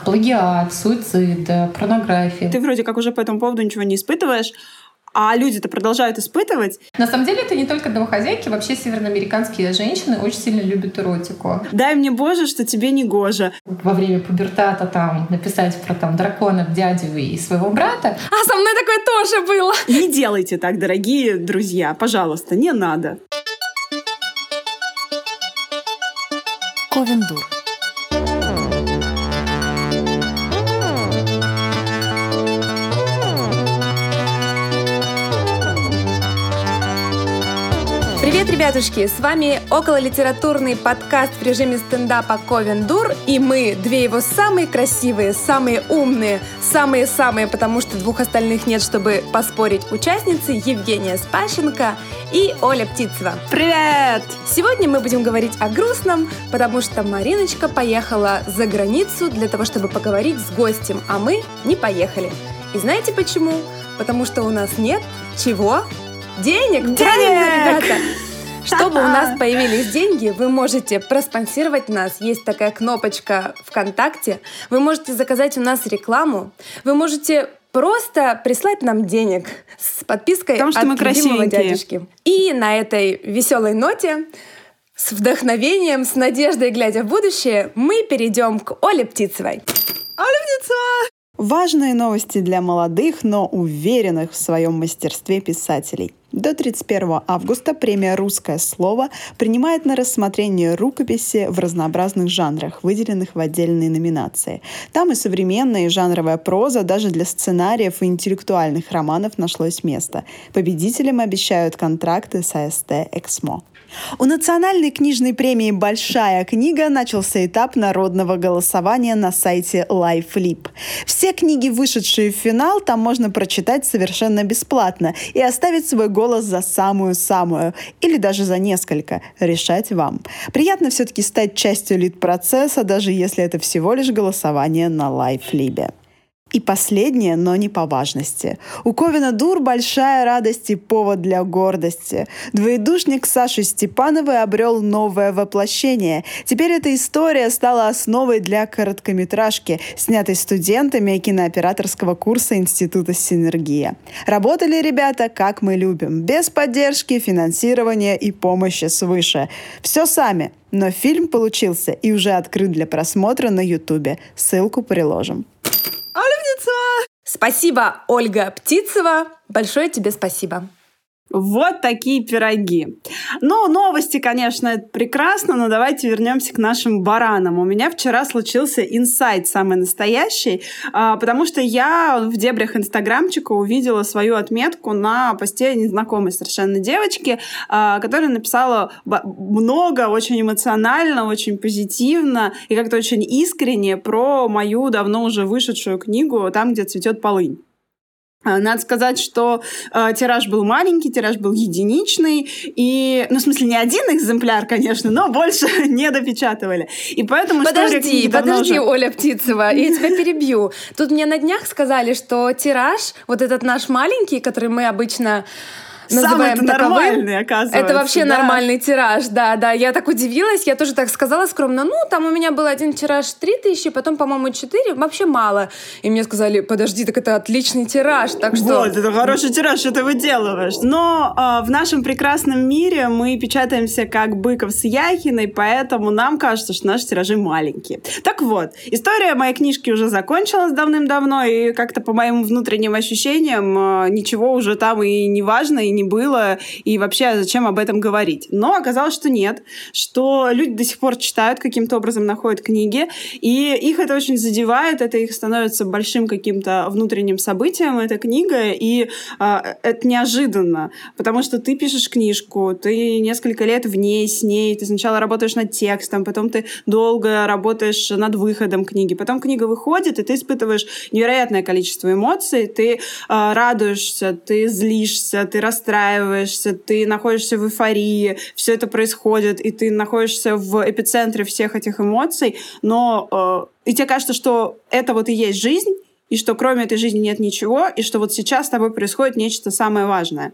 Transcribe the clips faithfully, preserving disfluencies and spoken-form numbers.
плагиат, суицид, порнография. Ты вроде как уже по этому поводу ничего не испытываешь, а люди-то продолжают испытывать. На самом деле это не только домохозяйки, вообще североамериканские женщины очень сильно любят эротику. Дай мне, Боже, что тебе не гоже. Во время пубертата там написать про там драконов, дядю и своего брата. А со мной такое тоже было. Не делайте так, дорогие друзья, пожалуйста, не надо. Ковендур. Привет, ребятушки! С вами окололитературный подкаст в режиме стендапа Ковендур, и мы, две его самые красивые, самые умные, самые-самые, потому что двух остальных нет, чтобы поспорить, участницы Евгения Спащенко и Оля Птицева. Привет! Сегодня мы будем говорить о грустном, потому что Мариночка поехала за границу для того, чтобы поговорить с гостем, а мы не поехали. И знаете почему? Потому что у нас нет чего? Денег! Денег! Правильно, ребята! Чтобы у нас появились деньги, вы можете проспонсировать нас. Есть такая кнопочка ВКонтакте. Вы можете заказать у нас рекламу. Вы можете просто прислать нам денег с подпиской Потому что от мы любимого красивенькие. дядюшки. И на этой веселой ноте, с вдохновением, с надеждой, глядя в будущее, мы перейдем к Оле Птицевой. Оля Птицева! Важные новости для молодых, но уверенных в своем мастерстве писателей. До тридцать первого августа премия «Русское слово» принимает на рассмотрение рукописи в разнообразных жанрах, выделенных в отдельные номинации. Там и современная, и жанровая проза, даже для сценариев и интеллектуальных романов нашлось место. Победителям обещают контракты с АСТ «Эксмо». У Национальной книжной премии «Большая книга» начался этап народного голосования на сайте LifeLib. Все книги, вышедшие в финал, там можно прочитать совершенно бесплатно и оставить свой голос за самую-самую, или даже за несколько. Решать вам. Приятно все-таки стать частью лид-процесса, даже если это всего лишь голосование на LifeLib. И последнее, но не по важности. У Ковендур большая радость и повод для гордости. Двоедушник Саши Степановой обрел новое воплощение. Теперь эта история стала основой для короткометражки, снятой студентами кинооператорского курса Института «Синергия». Работали ребята, как мы любим, без поддержки, финансирования и помощи свыше. Все сами. Но фильм получился и уже открыт для просмотра на Ютубе. Ссылку приложим. Спасибо, Ольга Птицева. Большое тебе спасибо. Вот такие пироги. Ну, новости, конечно, это прекрасно, но давайте вернемся к нашим баранам. У меня вчера случился инсайт самый настоящий, потому что я в дебрях инстаграмчика увидела свою отметку на посте незнакомой совершенно девочки, которая написала много, очень эмоционально, очень позитивно и как-то очень искренне про мою давно уже вышедшую книгу «Там, где цветет полынь». Надо сказать, что э, тираж был маленький, тираж был единичный, и, ну, в смысле, не один экземпляр, конечно, но больше не допечатывали. И поэтому подожди, подожди, уже... Оля Птицева, я тебя перебью. Тут мне на днях сказали, что тираж, вот этот наш маленький, который мы обычно... называем Самый таковым, нормальный, оказывается. Это вообще да. нормальный тираж, да, да. Я так удивилась, я тоже так сказала скромно. Ну, там у меня был один тираж три тысячи, потом, по-моему, четыре, вообще мало. И мне сказали, подожди, так это отличный тираж, так что... Вот, это хороший тираж, что ты выделываешь. Но э, в нашем прекрасном мире мы печатаемся как Быков с Яхиной, поэтому нам кажется, что наши тиражи маленькие. Так вот, история моей книжки уже закончилась давным-давно, и как-то по моим внутренним ощущениям э, ничего уже там и не важно, и не было, и вообще зачем об этом говорить. Но оказалось, что нет, что люди до сих пор читают, каким-то образом находят книги, и их это очень задевает, это их становится большим каким-то внутренним событием, эта книга, и э, это неожиданно, потому что ты пишешь книжку, ты несколько лет в ней, с ней, ты сначала работаешь над текстом, потом ты долго работаешь над выходом книги, потом книга выходит, и ты испытываешь невероятное количество эмоций, ты э, радуешься, ты злишься, ты расстраиваешься, расстраиваешься, ты находишься в эйфории, все это происходит, и ты находишься в эпицентре всех этих эмоций, но э, и тебе кажется, что это вот и есть жизнь, и что кроме этой жизни нет ничего, и что вот сейчас с тобой происходит нечто самое важное.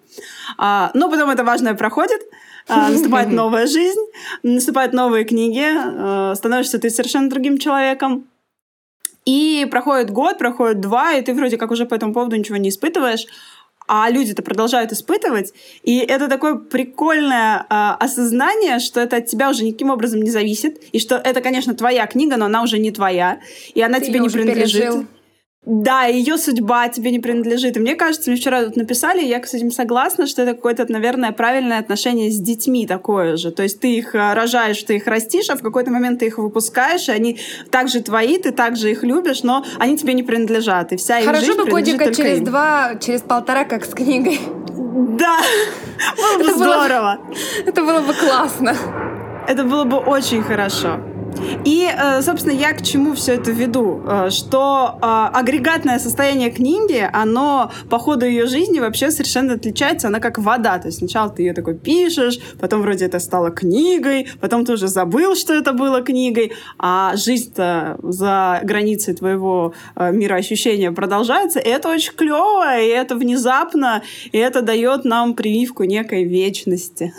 А, но потом это важное проходит, а, наступает новая жизнь, наступают новые книги, а, становишься ты совершенно другим человеком. И проходит год, проходит два, и ты вроде как уже по этому поводу ничего не испытываешь, а люди-то продолжают испытывать. И это такое прикольное э, осознание, что это от тебя уже никаким образом не зависит, и что это, конечно, твоя книга, но она уже не твоя, и она ты тебе не принадлежит. Пережил. Да, ее судьба тебе не принадлежит. И мне кажется, мне вчера тут написали, и я с этим согласна, что это какое-то, наверное, правильное отношение с детьми такое же. То есть ты их рожаешь, ты их растишь, а в какой-то момент ты их выпускаешь, и они также твои, ты также их любишь, но они тебе не принадлежат. И вся их Хорошо жизнь бы годика через им. два, через полтора, как с книгой. Да, было бы здорово. Это было бы классно. Это было бы очень хорошо. И, собственно, я к чему все это веду? Что агрегатное состояние книги, оно по ходу ее жизни вообще совершенно отличается. Она как вода. То есть сначала ты ее такой пишешь, потом вроде это стало книгой, потом ты уже забыл, что это было книгой, а жизнь-то за границей твоего мироощущения продолжается. И это очень клево, и это внезапно, и это дает нам прививку некой вечности.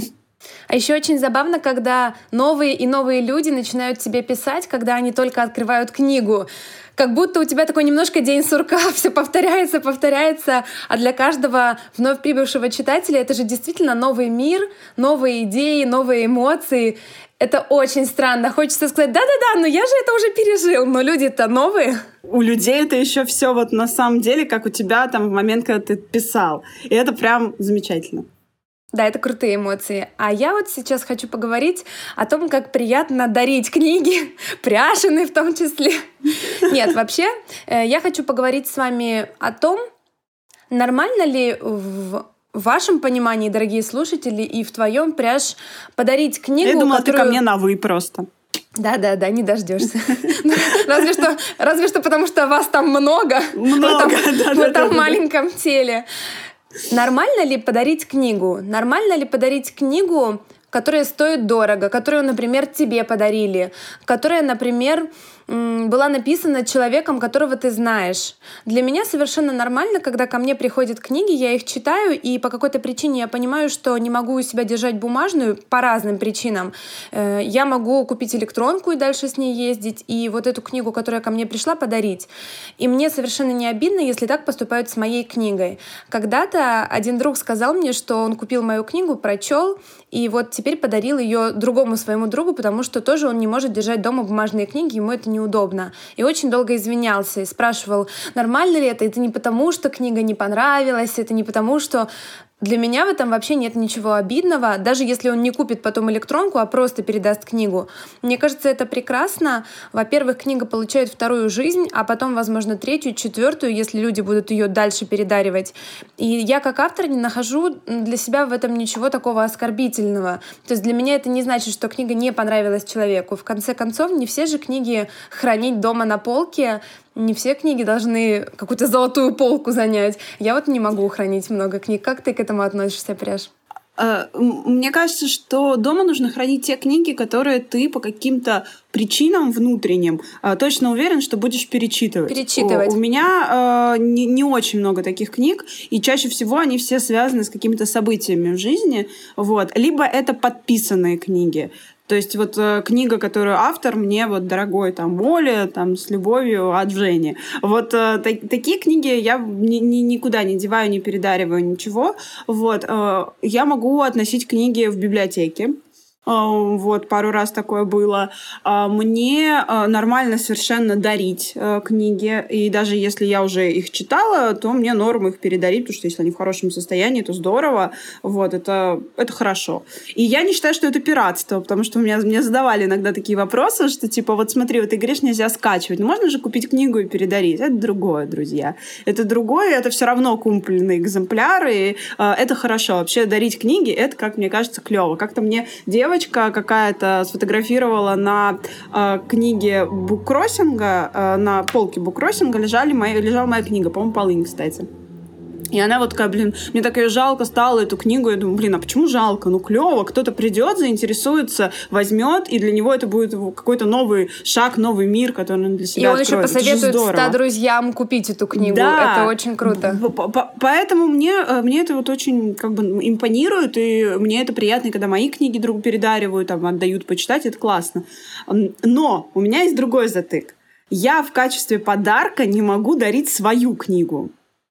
А еще очень забавно, когда новые и новые люди начинают тебе писать, когда они только открывают книгу. Как будто у тебя такой немножко день сурка, все повторяется, повторяется, а для каждого вновь прибывшего читателя это же действительно новый мир, новые идеи, новые эмоции. Это очень странно. Хочется сказать, да-да-да, но я же это уже пережил, но люди-то новые. У людей это еще все вот на самом деле, как у тебя там в момент, когда ты писал. И это прям замечательно. Да, это крутые эмоции. А я вот сейчас хочу поговорить о том, как приятно дарить книги, Пряшиной в том числе. Нет, вообще, я хочу поговорить с вами о том, нормально ли в вашем понимании, дорогие слушатели, и в твоем, Пряш, подарить книгу, я думала, которую... ты ко мне на «вы» просто. Да-да-да, не дождешься. Разве что, разве что потому, что вас там много. Много, да-да-да. В этом маленьком теле. Нормально ли подарить книгу? Нормально ли подарить книгу, которая стоит дорого, которую, например, тебе подарили, которая, например, была написана человеком, которого ты знаешь. Для меня совершенно нормально, когда ко мне приходят книги, я их читаю, и по какой-то причине я понимаю, что не могу у себя держать бумажную по разным причинам. Я могу купить электронку и дальше с ней ездить, и вот эту книгу, которая ко мне пришла, подарить. И мне совершенно не обидно, если так поступают с моей книгой. Когда-то один друг сказал мне, что он купил мою книгу, прочел, и вот теперь подарил ее другому своему другу, потому что тоже он не может держать дома бумажные книги, ему это неудобно. И очень долго извинялся и спрашивал, нормально ли это, это не потому, что книга не понравилась, это не потому, что... Для меня в этом вообще нет ничего обидного, даже если он не купит потом электронку, а просто передаст книгу. Мне кажется, это прекрасно. Во-первых, книга получает вторую жизнь, а потом, возможно, третью, четвертую, если люди будут ее дальше передаривать. И я как автор не нахожу для себя в этом ничего такого оскорбительного. То есть для меня это не значит, что книга не понравилась человеку. В конце концов, не все же книги хранить дома на полке, не все книги должны какую-то золотую полку занять. Я вот не могу хранить много книг. Как ты к этому относишься, Пряш? Мне кажется, что дома нужно хранить те книги, которые ты по каким-то причинам внутренним точно уверен, что будешь перечитывать. Перечитывать. У, у меня э, не, не очень много таких книг, и чаще всего они все связаны с какими-то событиями в жизни. Вот. Либо это подписанные книги. То есть вот э, книга, которую автор мне вот дорогой, там, Оля, там, с любовью от Жени. Вот э, та- такие книги я ни- ни- никуда не деваю, не передариваю, ничего. Вот. Э, я могу относить книги в библиотеке. Вот, пару раз такое было. Мне нормально совершенно дарить книги, и даже если я уже их читала, то мне норм их передарить, потому что если они в хорошем состоянии, то здорово. Вот, это, это хорошо. И я не считаю, что это пиратство, потому что меня, мне задавали иногда такие вопросы, что типа, вот смотри, вот ты говоришь, нельзя скачивать. Ну, можно же купить книгу и передарить. Это другое, друзья. Это другое, это все равно купленные экземпляры, и это хорошо. Вообще дарить книги, это, как мне кажется, клево. Как-то мне девочка какая-то сфотографировала на э, книге буккроссинга, э, на полке буккроссинга лежали мои, лежала моя книга, по-моему, «Полынь», кстати. И она вот такая, блин, мне так ее жалко стало, эту книгу. Я думаю, блин, а почему жалко? Ну, клево, кто-то придет, заинтересуется, возьмет, и для него это будет какой-то новый шаг, новый мир, который он для себя и он откроет. еще посоветует ста друзьям купить эту книгу. Да. Это очень круто. Поэтому мне, мне это вот очень как бы импонирует, и мне это приятно, когда мои книги другу передаривают, там, отдают почитать, это классно. Но у меня есть другой затык. я в качестве подарка не могу дарить свою книгу.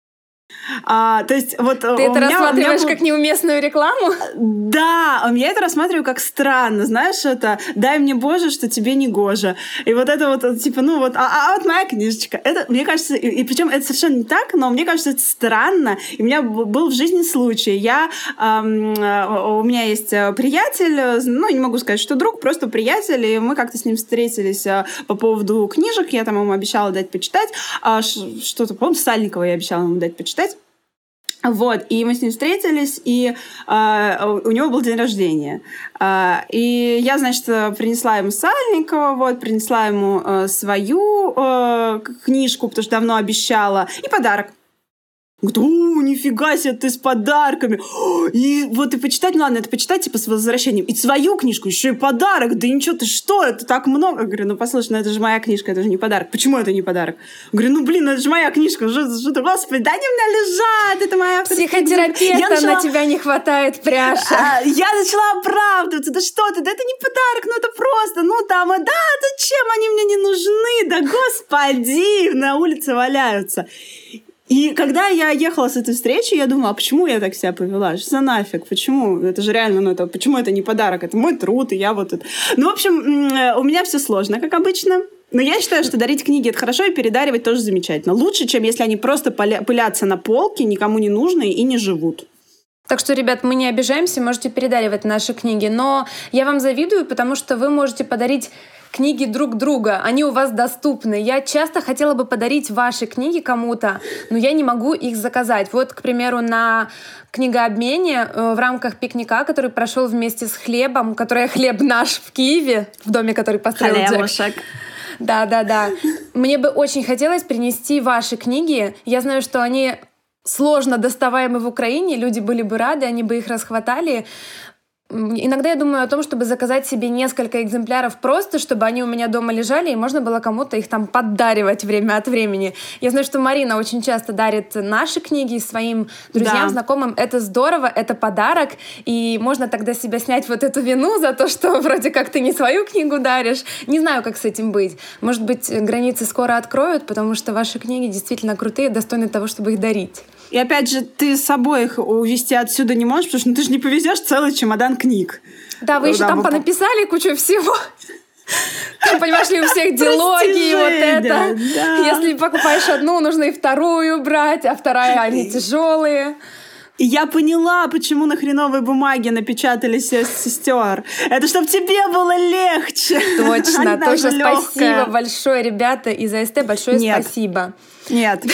А, то есть, вот, Ты это меня, рассматриваешь был... как неуместную рекламу? Да, я это рассматриваю как странно. Знаешь, это «дай мне, Боже, что тебе не гоже». И вот это вот, типа, ну вот, а, а вот моя книжечка. Это, мне кажется, и, и причем это совершенно не так, но мне кажется, это странно. И у меня был в жизни случай. Я, эм, у меня есть приятель, ну, не могу сказать, что друг, просто приятель, и мы как-то с ним встретились по поводу книжек. Я там ему обещала дать почитать. Что-то, по-моему, Сальникова я обещала ему дать почитать. Вот, и мы с ним встретились, и э, у него был день рождения. Э, и я, значит, принесла ему Сальникова, вот, принесла ему э, свою э, книжку, потому что давно обещала, и подарок. Говорит, о, нифига себе, ты с подарками. И вот и почитать, ну ладно, это почитать типа с возвращением. И свою книжку, еще и подарок. Да ничего, ты что, это так много. Я говорю, ну послушай, ну это же моя книжка, это же не подарок. Почему это не подарок? Я говорю, ну блин, ну это же моя книжка. Что, что ты, господи, да они у меня лежат, это моя авторская книжка. Психотерапевта начала... на тебя не хватает, Пряша. А, я начала оправдываться. Да что ты, да это не подарок, ну это просто, ну там, да, зачем они мне не нужны? Да господи, на улице валяются. И когда я ехала с этой встречи, я думала, а почему я так себя повела? Что за нафиг? Почему? Это же реально, ну это, почему это не подарок? Это мой труд, и я вот это... Ну, в общем, у меня все сложно, как обычно. Но я считаю, что дарить книги — это хорошо, и передаривать тоже замечательно. Лучше, чем если они просто пылятся на полке, никому не нужные и не живут. Так что, ребят, мы не обижаемся, можете передаривать наши книги. Но я вам завидую, потому что вы можете подарить книги друг друга, они у вас доступны. Я часто хотела бы подарить ваши книги кому-то, но я не могу их заказать. Вот, к примеру, на книгообмене в рамках пикника, который прошел вместе с Хлебом, который «Хлеб наш» в Киеве, в доме, который построил Хлебушек. Джек. Да-да-да. Мне бы очень хотелось принести ваши книги. Я знаю, что они сложно доставаемы в Украине, люди были бы рады, они бы их расхватали. Иногда я думаю о том, чтобы заказать себе несколько экземпляров просто, чтобы они у меня дома лежали, и можно было кому-то их там поддаривать время от времени. Я знаю, что Марина очень часто дарит наши книги своим друзьям, да. знакомым. Это здорово, это подарок, и можно тогда себя снять вот эту вину за то, что вроде как ты не свою книгу даришь. Не знаю, как с этим быть. Может быть, границы скоро откроют, потому что ваши книги действительно крутые, достойны того, чтобы их дарить. И опять же, ты с собой их увезти отсюда не можешь, потому что ну, ты же не повезешь целый чемодан книг. Да, вы еще да, там вы... понаписали кучу всего. Там, понимаешь ли, у всех дилогии, вот это. Если покупаешь одну, нужно и вторую брать, а вторая, они тяжелые. И я поняла, почему на хреновой бумаге напечатали сестер. Это чтобы тебе было легче. Точно, точно. Спасибо большое, ребята, из АСТ большое Нет. спасибо. Нет.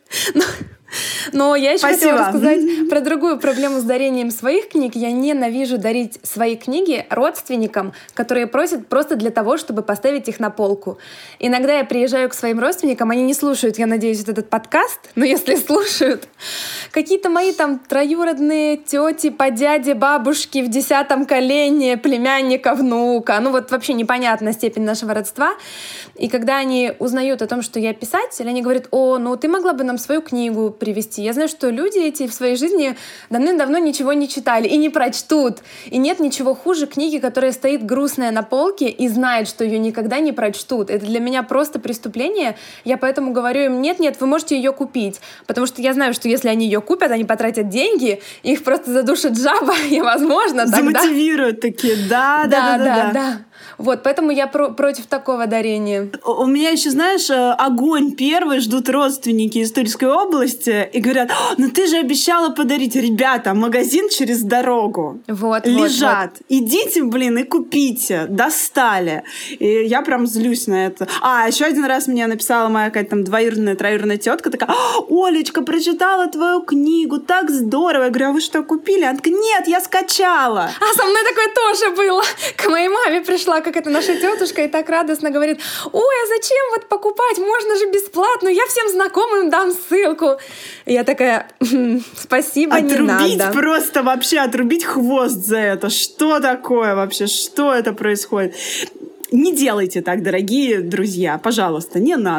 Но я еще Спасибо. хотела рассказать про другую проблему с дарением своих книг. Я ненавижу дарить свои книги родственникам, которые просят просто для того, чтобы поставить их на полку. Иногда я приезжаю к своим родственникам, они не слушают, я надеюсь, вот этот подкаст, но если слушают, какие-то мои там троюродные тети по дяде, бабушки в десятом колене, племянника, внука, ну вот вообще непонятная степень нашего родства. И когда они узнают о том, что я писатель, они говорят: о, ну ты могла бы нам свою книгу привести. Я знаю, что люди эти в своей жизни давным-давно ничего не читали и не прочтут. И нет ничего хуже книги, которая стоит грустная на полке и знает, что ее никогда не прочтут. Это для меня просто преступление. Я поэтому говорю им: нет-нет, вы можете ее купить. Потому что я знаю, что если они ее купят, они потратят деньги, их просто задушит жаба, и, возможно, тогда... Замотивируют такие, да-да-да-да. Вот, поэтому я про- против такого дарения. У меня еще, знаешь, огонь первый ждут родственники из Тульской области и говорят: ну ты же обещала подарить. Ребята, магазин через дорогу. Вот, лежат. Вот, вот. Идите, блин, и купите. Достали. И я прям злюсь на это. А, еще один раз мне написала моя какая-то там двоюродная, троюродная тетка, такая: Олечка, прочитала твою книгу, так здорово. Я говорю: а вы что, купили? Она такая: нет, я скачала. А со мной такое тоже было. К моей маме пришла какая-то наша тетушка и так радостно говорит: ой, а зачем вот покупать? Можно же бесплатно. Я всем знакомым дам ссылку. И я такая: спасибо, отрубить не надо. Отрубить просто вообще, отрубить хвост за это. Что такое вообще? Что это происходит? Не делайте так, дорогие друзья. Пожалуйста, не надо.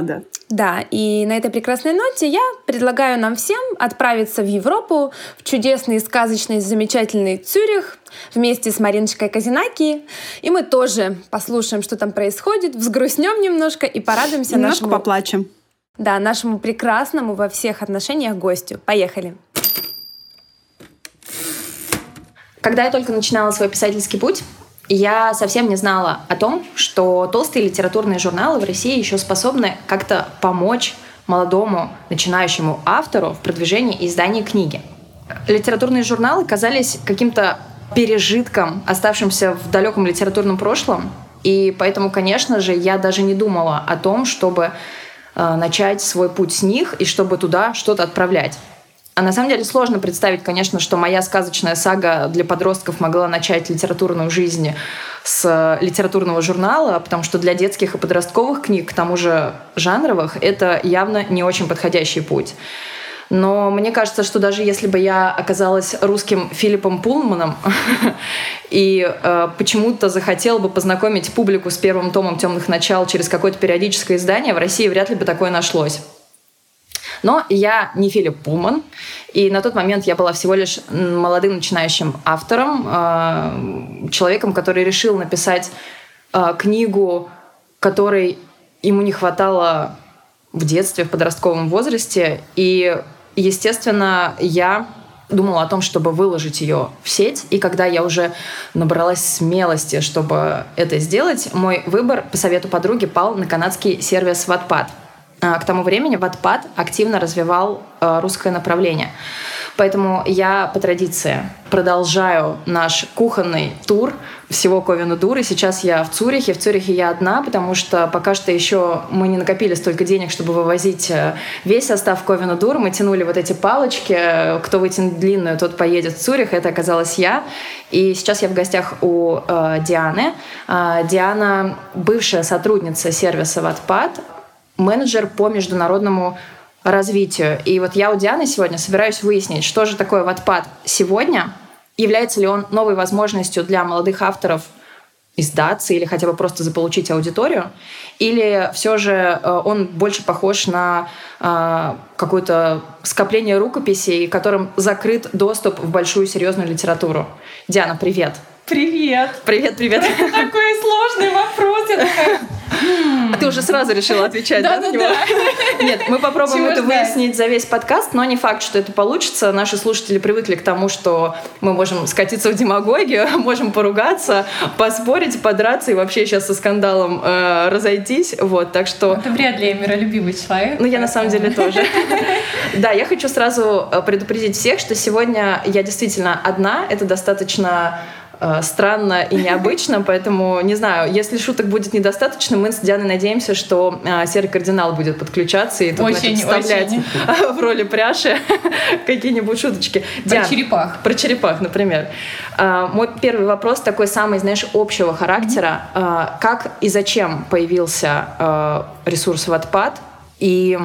Да, и на этой прекрасной ноте я предлагаю нам всем отправиться в Европу, в чудесный, сказочный, замечательный Цюрих вместе с Мариночкой Козинаки. И мы тоже послушаем, что там происходит, взгрустнем немножко и порадуемся немножко нашему... поплачем. Да, нашему прекрасному во всех отношениях гостю. Поехали! Когда я только начинала свой писательский путь, я совсем не знала о том, что толстые литературные журналы в России еще способны как-то помочь молодому начинающему автору в продвижении и издании книги. Литературные журналы казались каким-то пережитком, оставшимся в далеком литературном прошлом, и поэтому, конечно же, я даже не думала о том, чтобы э, начать свой путь с них и чтобы туда что-то отправлять. А на самом деле сложно представить, конечно, что моя сказочная сага для подростков могла начать литературную жизнь с литературного журнала, потому что для детских и подростковых книг, к тому же жанровых, это явно не очень подходящий путь. Но мне кажется, что даже если бы я оказалась русским Филиппом Пулманом и э, почему-то захотела бы познакомить публику с первым томом «Темных начал» через какое-то периодическое издание, в России вряд ли бы такое нашлось. Но я не Филипп Пулман, и на тот момент я была всего лишь молодым начинающим автором, человеком, который решил написать книгу, которой ему не хватало в детстве, в подростковом возрасте. И, естественно, я думала о том, чтобы выложить ее в сеть. И когда я уже набралась смелости, чтобы это сделать, мой выбор по совету подруги пал на канадский сервис Wattpad. К тому времени Wattpad активно развивал русское направление. Поэтому я по традиции продолжаю наш кухонный тур всего Ковен-и-Дур. И сейчас я в Цюрихе. В Цюрихе я одна, потому что пока что еще мы не накопили столько денег, чтобы вывозить весь состав Ковен-и-Дур. Мы тянули вот эти палочки. Кто вытянет длинную, тот поедет в Цюрих. Это оказалась я. И сейчас я в гостях у э, Дианы. Э, Диана — бывшая сотрудница сервиса Wattpad, менеджер по международному развитию. И вот я у Дианы сегодня собираюсь выяснить, что же такое Wattpad сегодня, является ли он новой возможностью для молодых авторов издаться или хотя бы просто заполучить аудиторию, или все же он больше похож на э, какое-то скопление рукописей, которым закрыт доступ в большую серьезную литературу. Диана, привет! Привет! Привет, привет! Такой сложный вопрос. Я такая... А ты уже сразу решила отвечать, да, на него? Нет, мы попробуем это выяснить за весь подкаст, но не факт, что это получится. Наши слушатели привыкли к тому, что мы можем скатиться в демагогию, можем поругаться, поспорить, подраться и вообще сейчас со скандалом э, разойтись. Вот, так что... Это вряд ли я миролюбивый человек. Ну, я на самом деле тоже. Да, я хочу сразу предупредить всех, что сегодня я действительно одна. Это достаточно... странно и необычно, поэтому, не знаю, если шуток будет недостаточно, мы с Дианой надеемся, что э, серый кардинал будет подключаться и тут, очень, значит, вставлять очень. в роли пряши какие-нибудь шуточки. Про Диан, черепах. Про черепах, например. Э, мой первый вопрос такой самый, знаешь, общего характера. Mm-hmm. Э, как и зачем появился э, ресурс Wattpad? И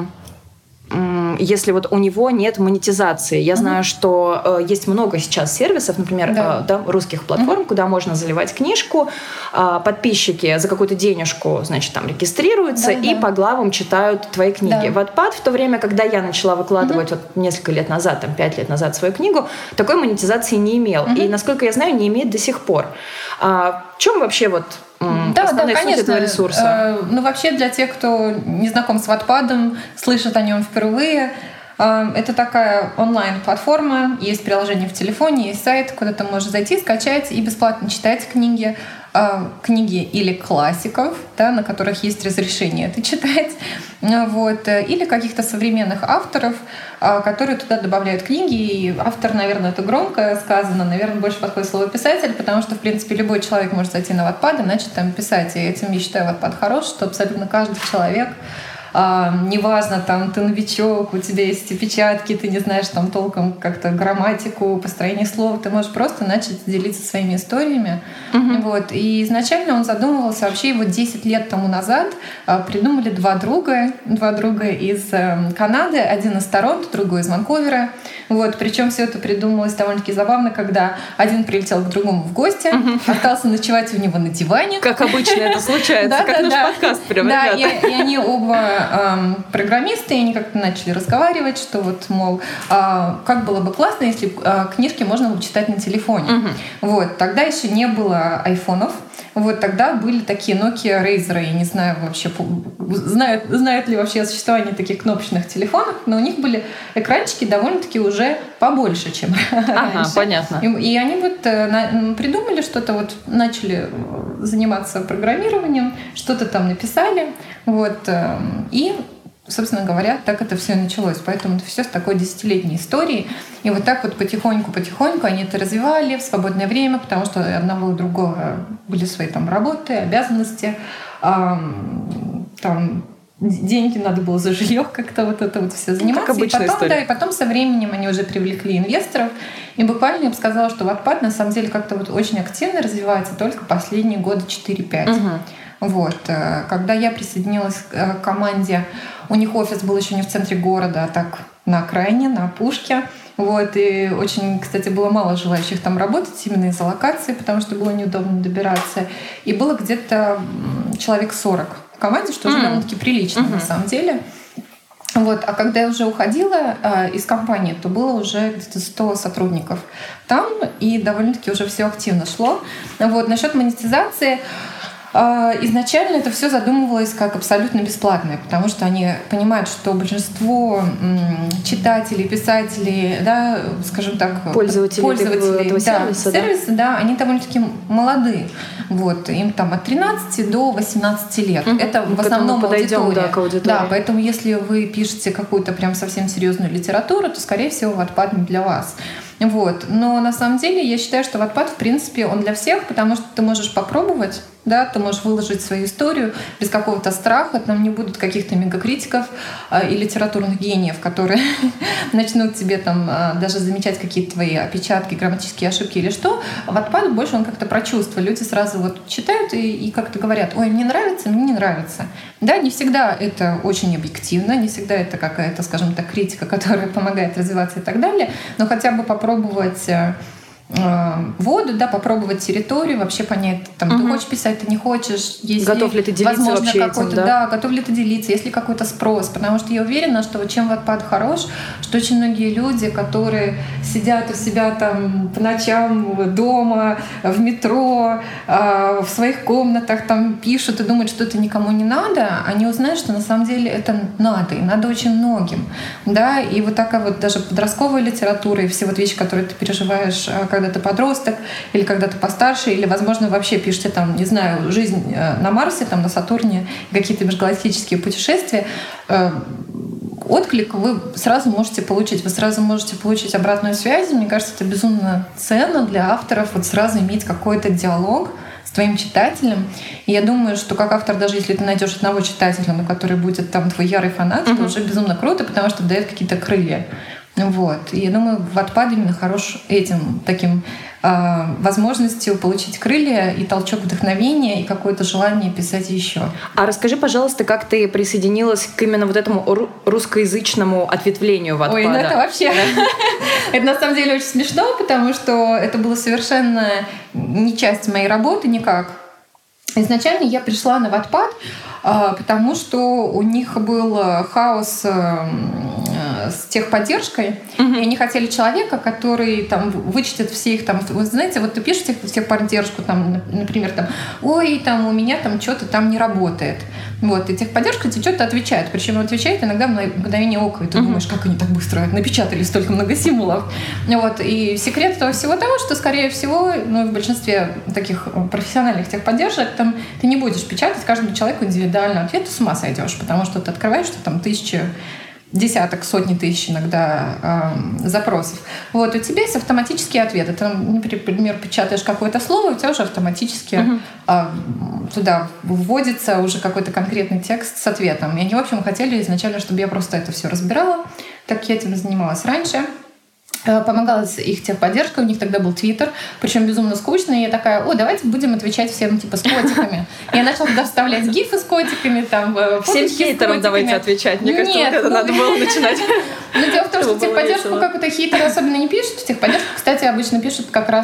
если вот у него нет монетизации. Я mm-hmm. знаю, что э, есть много сейчас сервисов, например, да. э, да, русских платформ, mm-hmm. куда можно заливать книжку, э, подписчики за какую-то денежку, значит, там регистрируются да, и да. по главам читают твои книги. Да. Wattpad в то время, когда я начала выкладывать mm-hmm. вот несколько лет назад, там, пять лет назад свою книгу, такой монетизации не имел. Mm-hmm. И, насколько я знаю, не имеет до сих пор. А в чем вообще вот Да, основная да, суть конечно. этого ресурса? Э, ну, вообще, для тех, кто не знаком с Wattpad, слышит о нем впервые, э, это такая онлайн-платформа, есть приложение в телефоне, есть сайт, куда ты можешь зайти, скачать и бесплатно читать книги. Книги или классиков, да, на которых есть разрешение это читать, вот, или каких-то современных авторов, которые туда добавляют книги. И автор, наверное, это громко сказано, наверное, больше подходит слово писатель, потому что, в принципе, любой человек может зайти на Wattpad и начать там писать. И этим я считаю Wattpad хорош, что абсолютно каждый человек, А, неважно, там, ты новичок, у тебя есть печатки, ты не знаешь там толком как-то грамматику, построение слов, ты можешь просто начать делиться своими историями. Uh-huh. Вот. И изначально он задумывался, вообще его десять лет тому назад а, придумали два друга, два друга из а, Канады, один из Торонто, другой из Ванкувера. Вот. Причем все это придумалось довольно-таки забавно, когда один прилетел к другому в гости, uh-huh. остался ночевать у него на диване. Как обычно это случается, как наш подкаст прям, ребята. Да, и они оба э, программисты, и они как-то начали разговаривать, что вот, мол, э, как было бы классно, если э, книжки можно было читать на телефоне. Uh-huh. Вот, тогда еще не было айфонов. Вот тогда были такие Nokia Razr, я не знаю вообще, знают, знают ли вообще о существовании таких кнопочных телефонов, но у них были экранчики довольно-таки уже побольше, чем ага, раньше. Понятно. И, и они вот на, придумали что-то, вот начали заниматься программированием, что-то там написали, вот, и, собственно говоря, так это все началось. Поэтому это все с такой десятилетней историей. И вот так вот потихоньку-потихоньку они это развивали в свободное время, потому что у одного и другого были свои там работы, обязанности, там деньги надо было за жилье как-то вот это вот все заниматься. Как обычная и потом, история. Да, и потом со временем они уже привлекли инвесторов. И буквально я бы сказала, что Wattpad на самом деле как-то вот очень активно развивается только последние года четыре-пять. Угу. Вот. Когда я присоединилась к команде, у них офис был еще не в центре города, а так на окраине, на опушке. Вот. И очень, кстати, было мало желающих там работать именно из-за локации, потому что было неудобно добираться. И было где-то человек сорок в команде, что mm. уже довольно-таки прилично mm-hmm. на самом деле. Вот. А когда я уже уходила э, из компании, то было уже где-то сто сотрудников там, и довольно-таки уже все активно шло. Вот. Насчет монетизации. Изначально это все задумывалось как абсолютно бесплатное, потому что они понимают, что большинство читателей, писателей, да, скажем так, пользователей, пользователей этого да, сервиса, сервиса, да? Да, они довольно-таки молодые. Вот, им там от тринадцати до восемнадцати лет. Угу. Это в основном аудитория. Да, к аудитории. Да, поэтому если вы пишете какую-то прям совсем серьезную литературу, то, скорее всего, Wattpad не для вас. Вот. Но на самом деле я считаю, что Wattpad, в принципе, он для всех, потому что ты можешь попробовать, да, ты можешь выложить свою историю без какого-то страха, там не будут каких-то мегакритиков э, и литературных гениев, которые начнут тебе там э, даже замечать какие-то твои опечатки, грамматические ошибки или что. А Wattpad больше он как-то про чувства. Люди сразу вот читают и, и как-то говорят: ой, мне нравится, мне не нравится. Да, не всегда это очень объективно, не всегда это какая-то, скажем так, критика, которая помогает развиваться и так далее, но хотя бы попробовать э, воду, да, попробовать территорию, вообще понять, там, угу. ты хочешь писать, ты не хочешь, есть готов ли, ли ты делиться возможно, вообще какой-то, этим, да? да, готов ли ты делиться, есть ли какой-то спрос, потому что я уверена, что вот чем Wattpad хорош, что очень многие люди, которые сидят у себя там по ночам дома, в метро, в своих комнатах там пишут и думают, что это никому не надо, они узнают, что на самом деле это надо, и надо очень многим, да, и вот такая вот даже подростковая литература и все вот вещи, которые ты переживаешь, когда ты подросток, или когда ты постарше, или, возможно, вообще пишете там, не знаю, жизнь на Марсе, там, на Сатурне, какие-то межгалактические путешествия, отклик вы сразу можете получить, вы сразу можете получить обратную связь. Мне кажется, это безумно ценно для авторов, вот сразу иметь какой-то диалог с твоим читателем. И я думаю, что как автор, даже если ты найдешь одного читателя, ну, который будет там твой ярый фанат, mm-hmm. это уже безумно круто, потому что дает какие-то крылья. Вот. И я думаю, Wattpad именно хорош этим таким э, возможностью получить крылья и толчок вдохновения и какое-то желание писать еще. А расскажи, пожалуйста, как ты присоединилась к именно вот этому ру- русскоязычному ответвлению Wattpad? Ой, ну это вообще... Это на самом деле очень смешно, потому что это было совершенно не часть моей работы никак. Изначально я пришла на Wattpad, потому что у них был хаос с техподдержкой, mm-hmm. и они хотели человека, который там вычтет все их там, вы знаете, вот ты пишешь в техподдержку, там, например, там, ой, там у меня там что-то там не работает. Вот, и техподдержка тебе что-то отвечает, причем отвечает иногда в мгновение ока, и ты mm-hmm. думаешь, как они так быстро напечатали столько много символов. Вот, и секрет этого всего того, что, скорее всего, ну, в большинстве таких профессиональных техподдержек там ты не будешь печатать каждому человеку индивидуально ответ, ты с ума сойдешь, потому что ты открываешь, что там тысячи, десяток, сотни тысяч иногда э, запросов. Вот, у тебя есть автоматические ответы. Ты, например, печатаешь какое-то слово, у тебя уже автоматически uh-huh. э, туда вводится уже какой-то конкретный текст с ответом. И они, в общем, хотели изначально, чтобы я просто это все разбирала. Так я этим занималась раньше. Помогала их техподдержка, у них тогда был Твиттер, причем безумно скучно, и я такая: о, давайте будем отвечать всем типа с котиками. И я начала туда вставлять гифы с котиками, там, всем хейтерам давайте отвечать. Мне кажется, вот это надо было начинать. Но дело в том, что техподдержку какую-то хейтеры особенно не пишут. В техподдержку, кстати, обычно пишут как раз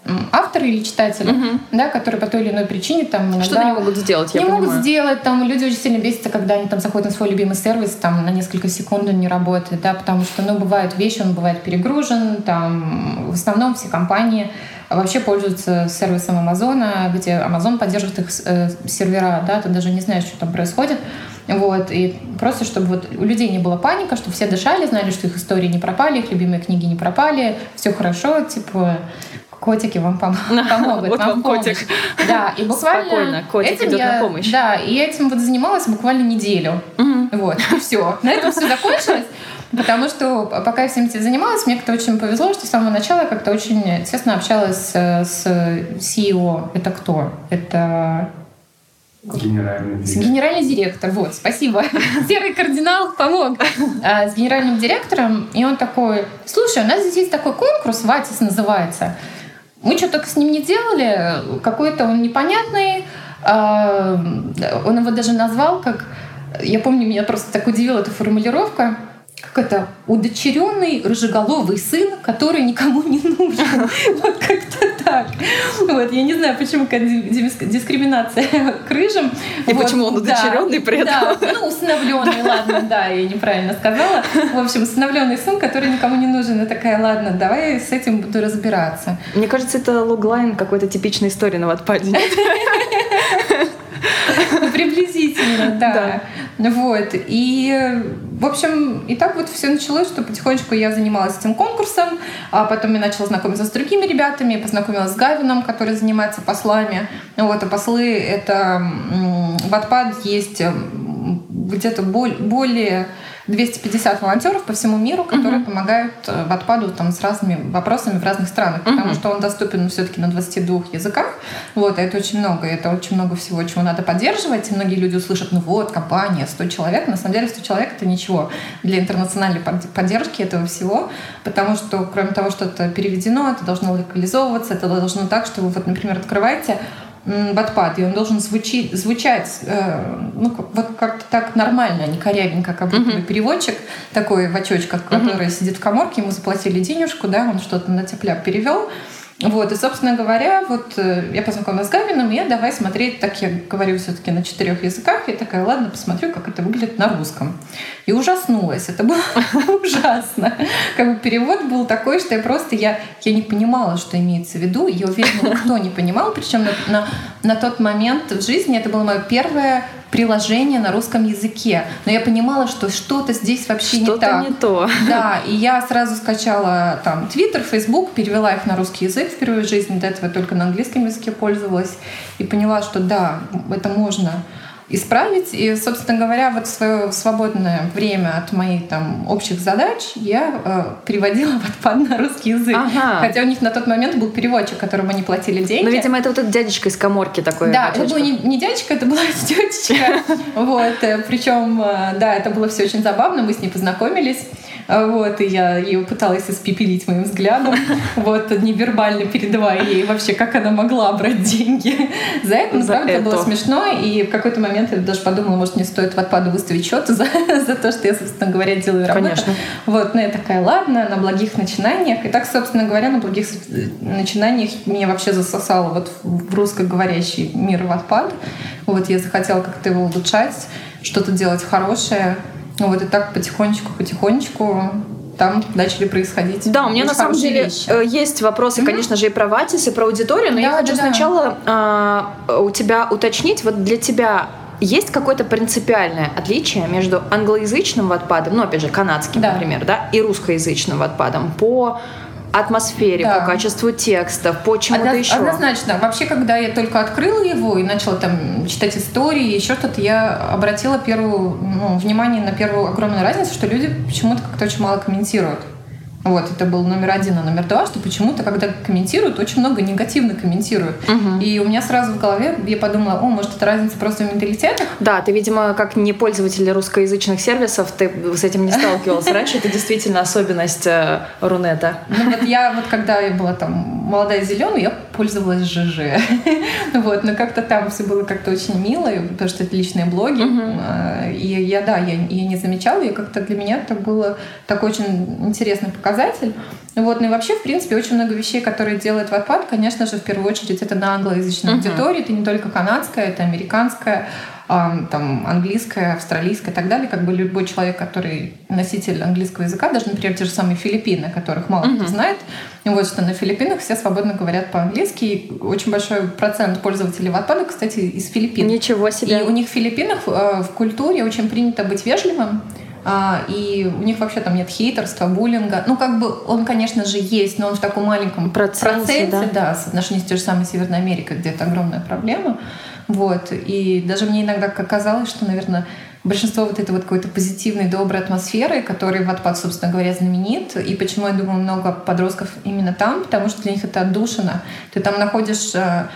авторы или читатели, угу. да, которые по той или иной причине там иногда что-то не могут сделать, я не понимаю. могут сделать, там люди очень сильно бесятся, когда они там заходят на свой любимый сервис, там на несколько секунд он не работает, да, потому что, ну, бывают вещи, он бывает перегружен, там в основном все компании вообще пользуются сервисом Амазона, где Амазон поддерживает их э, сервера, да, ты даже не знаешь, что там происходит. Вот, и просто, чтобы вот у людей не было паника, чтобы все дышали, знали, что их истории не пропали, их любимые книги не пропали, все хорошо, типа котики вам пом- помогут. Вот вам котик. Да, и буквально спокойно, котик идет на помощь. Да, и я этим вот занималась буквально неделю. Вот, и все. На этом все закончилось. Потому что пока я всем этим занималась, мне как-то очень повезло, что с самого начала я как-то очень тесно общалась с си и о. Это кто? Это... Генеральный директор. Генеральный директор, вот, спасибо. Серый кардинал помог. А, с генеральным директором, и он такой: слушай, у нас здесь есть такой конкурс, Ватис называется. Мы что только с ним не делали, какой-то он непонятный. А, он его даже назвал как... Я помню, меня просто так удивила эта формулировка. Как это? Удочеренный рыжеголовый сын, который никому не нужен. Вот как-то так. Вот, я не знаю, почему какая дискриминация к рыжим. И вот, почему он удочеренный да, при этом. Да, ну, усыновленный, ладно, да, я неправильно сказала. В общем, усыновленный сын, который никому не нужен. Я такая, ладно, давай с этим буду разбираться. Мне кажется, это логлайн какой-то типичной истории на Wattpad. Приблизительно, да. Вот. И, в общем, и так вот все началось, что потихонечку я занималась этим конкурсом, а потом я начала знакомиться с другими ребятами, познакомилась с Гавином, который занимается послами. Вот, а послы — это... В Wattpad есть где-то более двести пятьдесят волонтеров по всему миру, которые uh-huh. помогают Wattpad там с разными вопросами в разных странах, uh-huh. потому что он доступен все-таки на двадцати двух языках. Вот, и это очень много, это очень много всего, чего надо поддерживать. И многие люди услышат: ну вот, компания, сто человек. На самом деле сто человек — это ничего для интернациональной поддержки этого всего, потому что, кроме того, что это переведено, это должно локализовываться, это должно так, что вы, вот, например, открываете Wattpad, и он должен звучить, звучать э, ну, вот как-то так нормально, а не корявенько, как будто бы uh-huh. переводчик такой в очочках, который uh-huh. сидит в каморке, ему заплатили денежку, да, он что-то на тепляк перевел. Вот, и, собственно говоря, вот я познакомилась с Гавином, и я давай смотреть, так я говорю все-таки на четырех языках, я такая, ладно, посмотрю, как это выглядит на русском. И ужаснулась, это было ужасно. Как бы перевод был такой, что я просто, я, я не понимала, что имеется в виду, я уверена, никто не понимал, причем на, на, на тот момент в жизни это было мое первое приложение на русском языке. Но я понимала, что что-то здесь вообще что-то не так. Что-то не то. Да, и я сразу скачала там Twitter, Facebook, перевела их на русский язык впервые в жизни. До этого я только на английском языке пользовалась. И поняла, что да, это можно исправить. И, собственно говоря, вот в свое свободное время от моих там общих задач я э, переводила Wattpad на русский язык. Ага. Хотя у них на тот момент был переводчик, которому они платили деньги. Ну, видимо, это вот этот дядечка из каморки такой. Да, это был не, не дядечка, это была тетечка. Вот, причем, да, это было все очень забавно, мы с ней познакомились. Вот, и я ее пыталась испепелить моим взглядом, вот, невербально передавая ей вообще, как она могла брать деньги за это. Но, правда, это было смешно, и в какой-то момент я даже подумала, может, мне стоит Wattpad выставить счет за, за то, что я, собственно говоря, делаю работу. Конечно. Вот, но я такая, ладно, на благих начинаниях. И так, собственно говоря, на благих начинаниях меня вообще засосало вот в русскоговорящий мир Wattpad. Вот, я захотела как-то его улучшать, что-то делать хорошее. Вот, и так потихонечку-потихонечку там начали происходить. Да, у меня на самом деле вещи. Есть вопросы, mm-hmm. конечно же, и про Ватис, и про аудиторию, но да, я хочу да, сначала да. э, у тебя уточнить, вот для тебя есть какое-то принципиальное отличие между англоязычным Wattpad, ну, опять же, канадским, да. например, да, и русскоязычным Wattpad по атмосфере, да. по качеству текста, по чему-то Одно, еще. Однозначно. Вообще, когда я только открыла его и начала там читать истории, еще что-то, я обратила первую, ну, внимание на первую огромную разницу, что люди почему-то как-то очень мало комментируют. Вот, это был номер один, а номер два, что почему-то, когда комментируют, очень много негативно комментируют. Угу. И у меня сразу в голове, я подумала, о, может, это разница просто в менталитетах? Да, ты, видимо, как не пользователь русскоязычных сервисов, ты с этим не сталкивалась раньше, это действительно особенность Рунета. Ну вот я, вот когда я была там молодая и зеленая, я пользовалась ЖЖ. Вот, но как-то там все было как-то очень мило, потому что это личные блоги. И я, да, я не замечала, и как-то для меня это было такой очень интересный показатель. Вот, ну и вообще, в принципе, очень много вещей, которые делает Wattpad, конечно же, в первую очередь, это на англоязычной uh-huh. аудитории. Это не только канадская, это американская, там, английская, австралийская и так далее. Как бы любой человек, который носитель английского языка, даже, например, те же самые Филиппины, которых мало uh-huh. кто знает, вот что на Филиппинах все свободно говорят по-английски. И очень большой процент пользователей Wattpad, кстати, из Филиппин. Ничего себе. И у них в Филиппинах в культуре очень принято быть вежливым. И у них вообще там нет хейтерства, буллинга. Ну, как бы он, конечно же, есть, но он в таком маленьком проценте, проценте да. да, в соотношении с той же самой Северной Америкой, где это огромная проблема. Вот. И даже мне иногда казалось, что, наверное, большинство вот этой вот какой-то позитивной, доброй атмосферы, которой Wattpad, собственно говоря, знаменит, и почему, я думаю, много подростков именно там, потому что для них это отдушина. Ты там находишь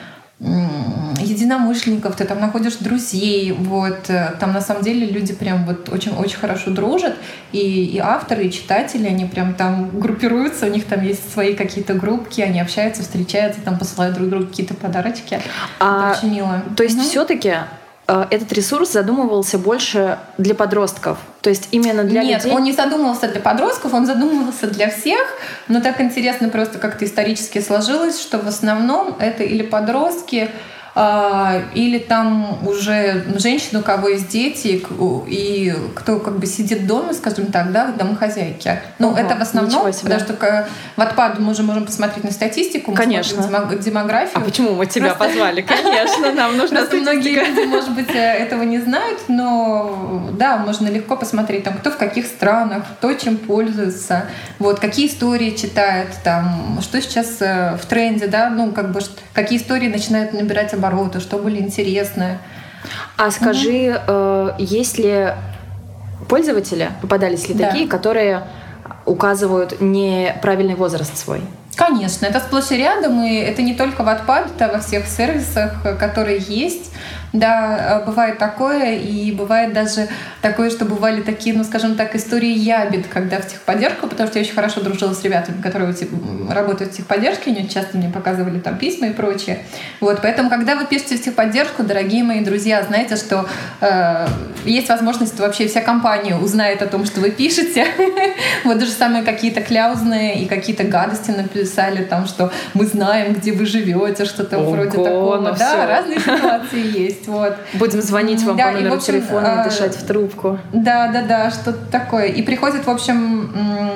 единомышленников, ты там находишь друзей, вот, там на самом деле люди прям вот очень-очень хорошо дружат, и, и авторы, и читатели, они прям там группируются, у них там есть свои какие-то группки, они общаются, встречаются, там посылают друг другу какие-то подарочки. А, это очень мило. То есть угу. все-таки этот ресурс задумывался больше для подростков? То есть именно для Нет, людей? Нет, он не задумывался для подростков, он задумывался для всех, но так интересно просто как-то исторически сложилось, что в основном это или подростки, или там уже женщины, у кого есть дети, и кто как бы сидит дома, скажем так, да, домохозяйки. Ну, Ого, это в основном, потому что в Wattpad мы уже можем посмотреть на статистику, мы Конечно. смотрим демографию. А почему мы тебя просто... позвали? Конечно, нам нужна Просто многие люди, может быть, этого не знают, но да, можно легко посмотреть, там, кто в каких странах, кто чем пользуется, вот, какие истории читает, там, что сейчас в тренде, да, ну, как бы, какие истории начинают набирать обороты, что были интересные. А скажи, угу. есть ли пользователи, попадались ли да. такие, которые указывают неправильный возраст свой? Конечно, это сплошь и рядом, и это не только Wattpad, это во всех сервисах, которые есть. Да, бывает такое, и бывает даже такое, что бывали такие, ну, скажем так, истории ябед, когда в техподдержку, потому что я очень хорошо дружила с ребятами, которые работают в техподдержке, они часто мне показывали там письма и прочее. Вот, поэтому, когда вы пишете в техподдержку, дорогие мои друзья, знаете, что э, есть возможность, что вообще вся компания узнает о том, что вы пишете. Вот даже самые какие-то кляузные и какие-то гадости написали, там, что мы знаем, где вы живете, что-то вроде такого. Да, разные ситуации есть. Вот. Будем звонить вам да, по номеру и, общем, телефона и дышать в трубку. Да, да, да, что-то такое. И приходят, в общем,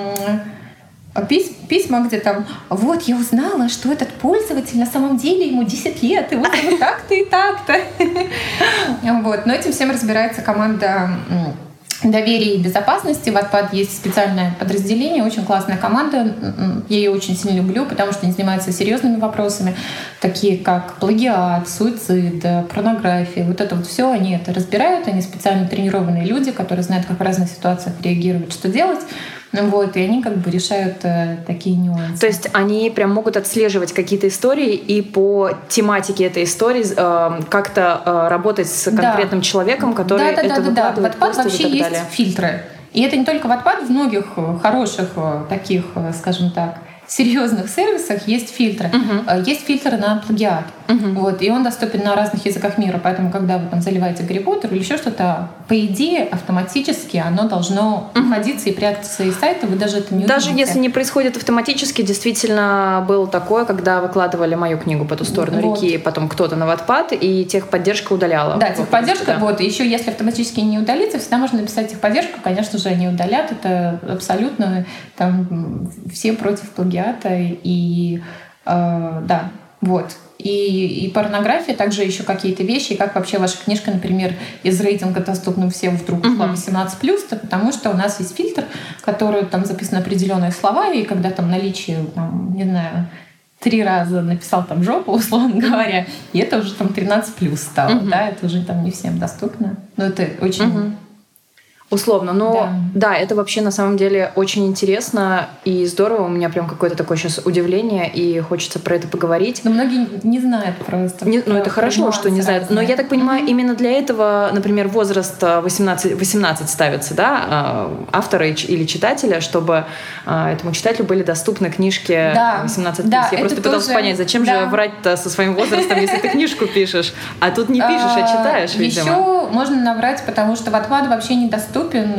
письма, где там, вот, я узнала, что этот пользователь на самом деле ему десять лет, и вот вот так-то и так-то. Вот. Но этим всем разбирается команда доверия и безопасности. В Wattpad есть специальное подразделение, очень классная команда. Я ее очень сильно люблю, потому что они занимаются серьезными вопросами, такие как плагиат, суицид, порнография. Вот это вот все они это разбирают. Они специально тренированные люди, которые знают, как в разных ситуациях реагировать, что делать. Вот, и они как бы решают э, такие нюансы. То есть они прям могут отслеживать какие-то истории и по тематике этой истории э, как-то э, работать с конкретным да. человеком, который да, да, это да, выкладывает, да. В Wattpad вообще и так есть далее. Фильтры. И это не только Wattpad, в многих хороших таких, скажем так, серьезных сервисах есть фильтры. Uh-huh. Есть фильтры на плагиат. Uh-huh. Вот, и он доступен на разных языках мира. Поэтому, когда вы там заливаете Гарри Поттер или еще что-то, по идее, автоматически оно должно uh-huh. находиться и прятаться из сайта. Вы даже это не увидите. Даже если не происходит автоматически, действительно было такое, когда выкладывали мою книгу «По ту сторону вот. реки», потом кто-то на Wattpad, и техподдержка удаляла. Да, техподдержка. Да. Вот. И еще если автоматически не удалится, всегда можно написать техподдержку. Конечно же, они удалят. Это абсолютно там, все против плагиата. И э, да, вот. И, и порнография, также еще какие-то вещи, и как вообще ваша книжка, например, из рейтинга доступна всем вдруг ушла восемнадцать плюс, потому что у нас есть фильтр, который там записаны определенные слова, и когда там наличие, там, не знаю, три раза написал там жопу, условно говоря, и это уже там тринадцать плюс стало, uh-huh. да, это уже там не всем доступно. Но это очень... Uh-huh. Условно, но да. да, это вообще на самом деле очень интересно и здорово. У меня прям какое-то такое сейчас удивление, и хочется про это поговорить. Но многие не знают просто. Не, ну это хорошо, что не знают. Но я так понимаю, mm-hmm. именно для этого, например, возраст восемнадцать, восемнадцать ставится, да, автора или читателя, чтобы этому читателю были доступны книжки да. восемнадцать плюс. Да, я просто пыталась тоже... понять, зачем да. же врать-то со своим возрастом, если ты книжку пишешь, а тут не пишешь, а читаешь, видимо. Еще можно наврать, потому что Wattpad вообще недоступен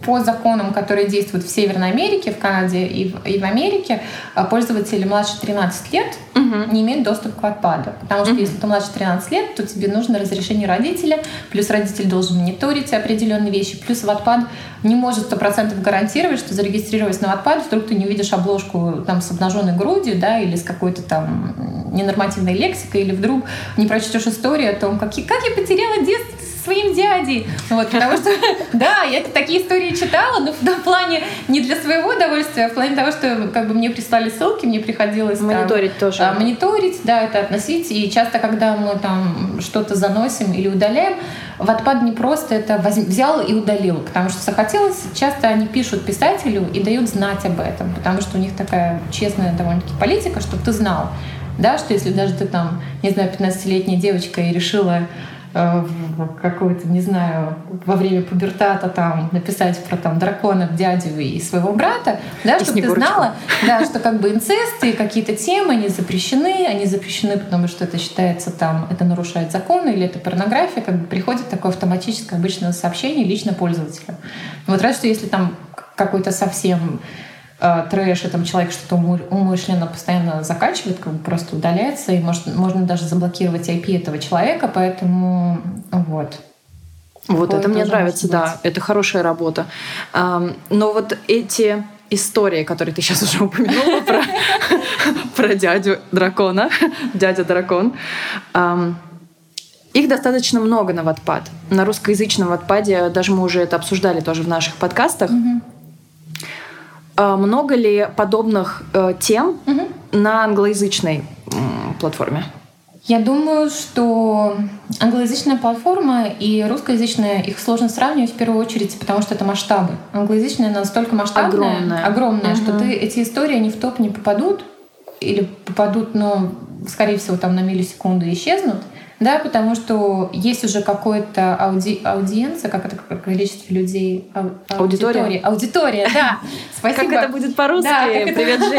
по законам, которые действуют в Северной Америке, в Канаде и в, и в Америке, пользователи младше тринадцати лет uh-huh. не имеют доступ к Wattpad. Потому что uh-huh. если ты младше тринадцати лет, то тебе нужно разрешение родителя, плюс родитель должен мониторить определенные вещи, плюс Wattpad не может сто процентов гарантировать, что зарегистрировать на Wattpad, вдруг ты не увидишь обложку там, с обнаженной грудью, да, или с какой-то там ненормативной лексикой, или вдруг не прочтешь историю о том, как, как я потеряла детство со своим дядей. Вот, потому что, да, я такие истории читала, но в том плане не для своего удовольствия, а в плане того, что как бы мне прислали ссылки, мне приходилось мониторить там, тоже. А, мониторить, да, это относить. И часто, когда мы там что-то заносим или удаляем, Wattpad не просто это взял и удалил, потому что захотелось. Часто они пишут писателю и дают знать об этом, потому что у них такая честная довольно-таки политика, чтобы ты знал, да, что если даже ты там, не знаю, пятнадцатилетняя девочка и решила какой-то, не знаю, во время пубертата там написать про там драконов, дядю и своего брата, да, чтобы ты знала, да, что как бы инцест и какие-то темы, они запрещены, они запрещены, потому что это считается там, это нарушает законы или это порнография, как бы приходит такое автоматическое обычное сообщение лично пользователю. Вот раз, что если там какой-то совсем трэш, и там человек что-то умышленно постоянно закачивает, как бы просто удаляется, и может, можно даже заблокировать ай пи этого человека, поэтому вот. Вот такое это мне нравится, да, это хорошая работа. Но вот эти истории, которые ты сейчас уже упомянула про, про дядю дракона, дядя дракон, их достаточно много на Wattpad. На русскоязычном Wattpad, даже мы уже это обсуждали тоже в наших подкастах. Mm-hmm. Много ли подобных э, тем угу. на англоязычной э, платформе? Я думаю, что англоязычная платформа и русскоязычная, их сложно сравнивать в первую очередь, потому что это масштабы. Англоязычная настолько масштабная, огромная, огромная угу. что ты, эти истории, они в топ не попадут, или попадут, но, скорее всего, там на миллисекунду исчезнут. Да, потому что есть уже какое-то ауди... аудиенция, как это как количество людей. Ау... Аудитория. Аудитория, да. Спасибо. Как это будет по-русски? Да, привет, это...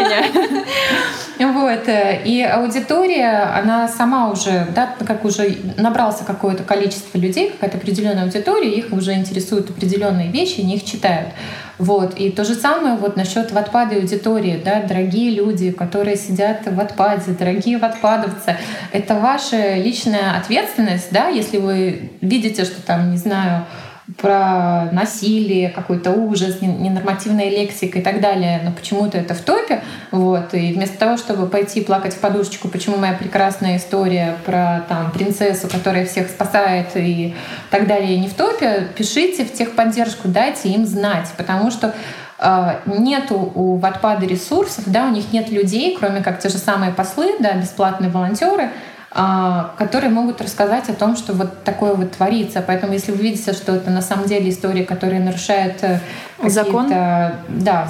Женя. Вот. И аудитория, она сама уже, да, как уже набрался какое-то количество людей, какая-то определенная аудитория, их уже интересуют определенные вещи, они их читают. Вот. И то же самое вот насчет Wattpad и аудитории. Да? Дорогие люди, которые сидят в Wattpad, дорогие ваттпадовцы, это ваша личная ответственность, да? Если вы видите, что там, не знаю, про насилие, какой-то ужас, ненормативная лексика и так далее, но почему-то это в топе. Вот. И вместо того, чтобы пойти плакать в подушечку, почему моя прекрасная история про там, принцессу, которая всех спасает и так далее, не в топе, пишите в техподдержку, дайте им знать, потому что э, нету у Wattpad ресурсов, да, у них нет людей, кроме как те же самые послы, да, бесплатные волонтеры, которые могут рассказать о том, что вот такое вот творится. Поэтому если вы видите, что это на самом деле история, которая нарушает закон, да,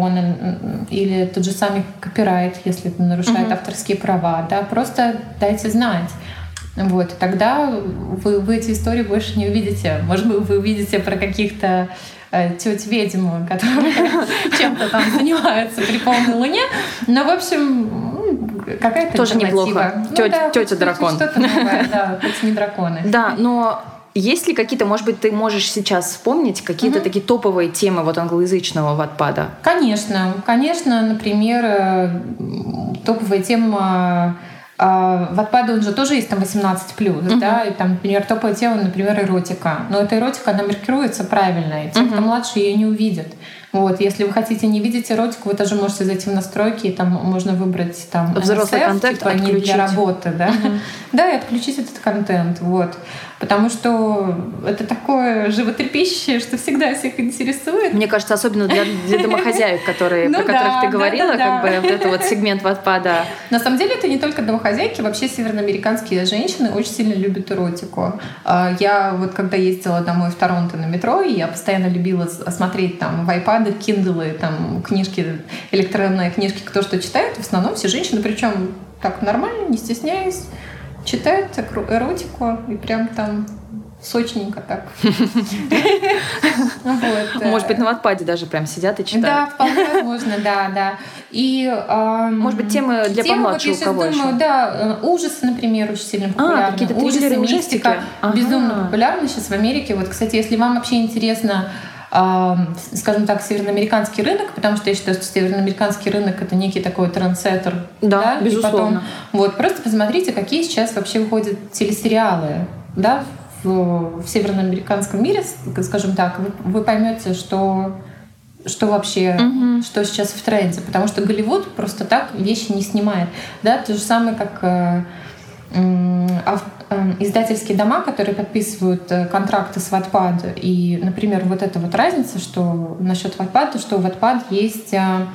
законы или тот же самый копирайт, если это нарушает угу. авторские права, да, просто дайте знать. Вот, и тогда вы, вы эти истории больше не увидите. Может быть, вы увидите про каких-то тёть ведьм, которые чем-то там занимаются при полной луне. Но, в общем, какая-то тоже неплохо. Ну, Тётя, да, тётя дракон. Что-то новое, да, хоть не драконы. Да, но есть ли какие-то, может быть, ты можешь сейчас вспомнить какие-то угу. такие топовые темы вот англоязычного Wattpad? Конечно, конечно, например, топовая тема Wattpad, он же тоже есть там восемнадцать плюс, uh-huh. да, и там, например, топовая тема, например, эротика. Но эта эротика, она маркируется правильно, и те, uh-huh. кто младше, ее не увидят. Вот, если вы хотите не видеть эротику, вы тоже можете зайти в настройки, и там можно выбрать там взрослый контент, типа не для работы, да, uh-huh. да, и отключить этот контент, вот. Потому что это такое животрепещущее, что всегда всех интересует. Мне кажется, особенно для, для домохозяек, которые, ну, про да, которых ты говорила, да, да, как да. бы вот это вот сегмент Wattpad. На самом деле это не только домохозяйки, вообще северноамериканские женщины очень сильно любят эротику. Я вот когда ездила домой в Торонто на метро, я постоянно любила смотреть там в iPad, Kindle, там книжки, электронные книжки, кто что читает. В основном все женщины, причем так нормально, не стесняясь, читают эротику и прям там сочненько так. Может быть, на Wattpad даже прям сидят и читают. Да, вполне возможно, да, да. И может быть, темы для помладше у кого еще? Да, ужасы, например, очень сильно популярны. Какие-то триллеры, мистика безумно популярны сейчас в Америке. Вот, кстати, если вам вообще интересно скажем так, североамериканский рынок, потому что я считаю, что североамериканский рынок — это некий такой трендсеттер. Да, да? безусловно. Потом, вот, просто посмотрите, какие сейчас вообще выходят телесериалы, да, в, в североамериканском мире, скажем так, вы, вы поймете, что, что вообще, угу. что сейчас в тренде, потому что Голливуд просто так вещи не снимает. Да? То же самое, как э, э, э, издательские дома, которые подписывают контракты с Wattpad. И, например, вот эта вот разница, что насчет Wattpad, что у Wattpad есть э,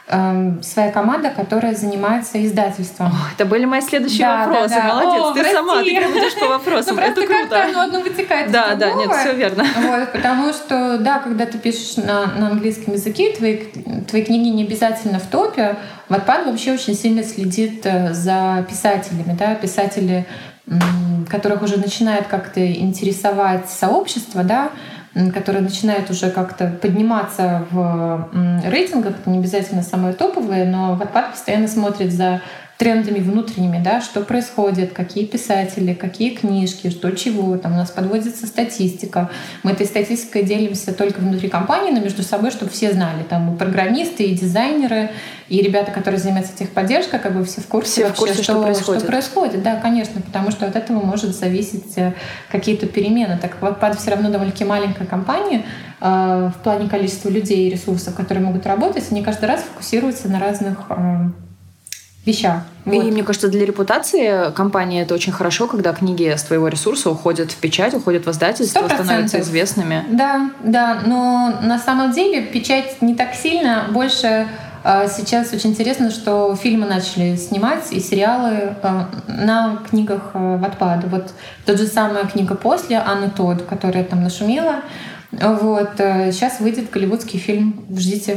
э, своя команда, которая занимается издательством. О, это были мои следующие да, вопросы. Да, да. Молодец, О, ты прости. Сама, ты прям идешь по вопросам. Ну, это круто. Как-то ну, одно вытекает из да, другого. Да, нет, все верно. Вот, потому что, да, когда ты пишешь на, на английском языке, твои, твои книги не обязательно в топе. Wattpad вообще очень сильно следит за писателями, да, писатели, которых уже начинает как-то интересовать сообщество, да, которые начинают уже как-то подниматься в рейтингах, это не обязательно самые топовые, но Wattpad постоянно смотрит за трендами внутренними, да, что происходит, какие писатели, какие книжки, что чего. Там у нас подводится статистика. Мы этой статистикой делимся только внутри компании, но между собой, чтобы все знали. Там и программисты, и дизайнеры, и ребята, которые занимаются техподдержкой, как бы все в курсе, все вообще, в курсе что, что, происходит. что происходит. Да, конечно, потому что от этого может зависеть какие-то перемены. Так как Wattpad все равно довольно-таки маленькая компания э, в плане количества людей и ресурсов, которые могут работать, они каждый раз фокусируются на разных э, вещах. Вот. И мне кажется, для репутации компании это очень хорошо, когда книги с твоего ресурса уходят в печать, уходят в издательство, сто процентов становятся известными. Да, да, но на самом деле печать не так сильно. Больше э, сейчас очень интересно, что фильмы начали снимать и сериалы э, на книгах э, Wattpad. Вот тот же самая книга «После» Анны Тодд, которая там нашумела. Вот. Сейчас выйдет голливудский фильм. Ждите.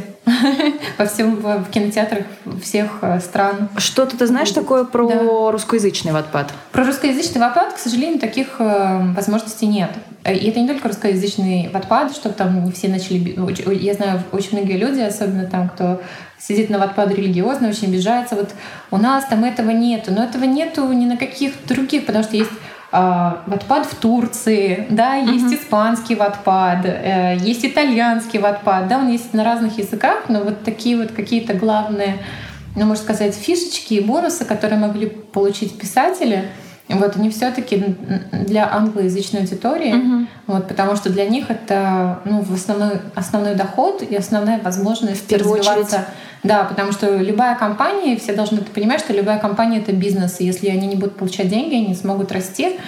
Во всем в кинотеатрах всех стран. Что-то ты знаешь такое про да. русскоязычный Wattpad? Про русскоязычный Wattpad, к сожалению, таких возможностей нет. И это не только русскоязычный Wattpad, чтобы там не все начали... Я знаю, очень многие люди, особенно там, кто сидит на Wattpad религиозно, очень обижается. Вот у нас там этого нету. Но этого нету ни на каких других, потому что есть Wattpad в Турции, да, есть uh-huh. испанский Wattpad, есть итальянский Wattpad, да, он есть на разных языках, но вот такие вот какие-то главные, ну, можно сказать, фишечки и бонусы, которые могли получить писатели, вот они все-таки для англоязычной аудитории, uh-huh. вот, потому что для них это, ну, в основной, основной доход и основная возможность развиваться. Очередь. Да, потому что любая компания, все должны понимать, что любая компания — это бизнес, и если они не будут получать деньги, они не смогут расти,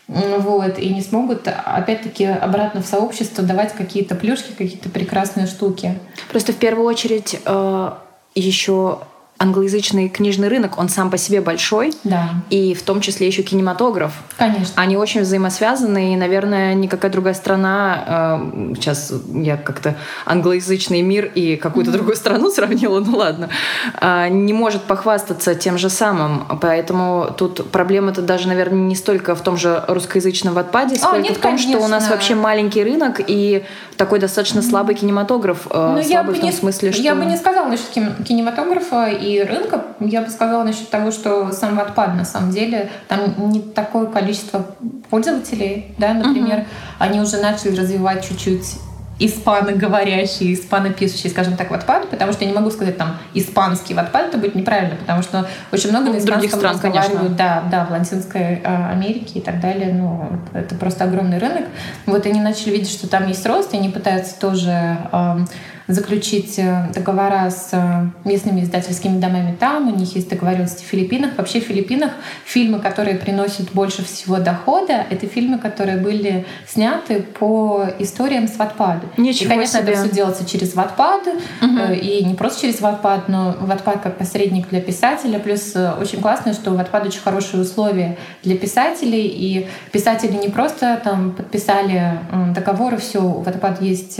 вот, и не смогут, опять-таки, обратно в сообщество давать какие-то плюшки, какие-то прекрасные штуки. Просто в первую очередь э, еще англоязычный книжный рынок, он сам по себе большой, да. и в том числе еще кинематограф. Конечно. Они очень взаимосвязаны, и, наверное, никакая другая страна, э, сейчас я как-то англоязычный мир и какую-то mm-hmm. другую страну сравнила, ну ладно, э, не может похвастаться тем же самым. Поэтому тут проблема-то даже, наверное, не столько в том же русскоязычном Wattpad, сколько нет, в том, конечно. что у нас вообще маленький рынок и такой достаточно слабый кинематограф. Э, слабый в том не, смысле, что... Я бы не сказала насчет кинематографа и рынка, я бы сказала насчет того, что сам Wattpad на самом деле там не такое количество пользователей, да, например, uh-huh. они уже начали развивать чуть-чуть испаноговорящий, испанопишущий, скажем так, Wattpad, потому что я не могу сказать там испанский Wattpад, это будет неправильно, потому что очень много на испанском стран, разговаривают, да, да, в Латинской э, Америке и так далее, ну, это просто огромный рынок. Вот они начали видеть, что там есть рост, и они пытаются тоже э, заключить договора с местными издательскими домами там, у них есть договоренности в Филиппинах. Вообще в Филиппинах фильмы, которые приносят больше всего дохода, это фильмы, которые были сняты по историям с Wattpad. Ничего и, конечно, себе. это все делается через Wattpad, угу. и не просто через Wattpad, но Wattpad как посредник для писателя. Плюс очень классно, что у Wattpad очень хорошие условия для писателей, и писатели не просто там подписали договор, и все, у Wattpad есть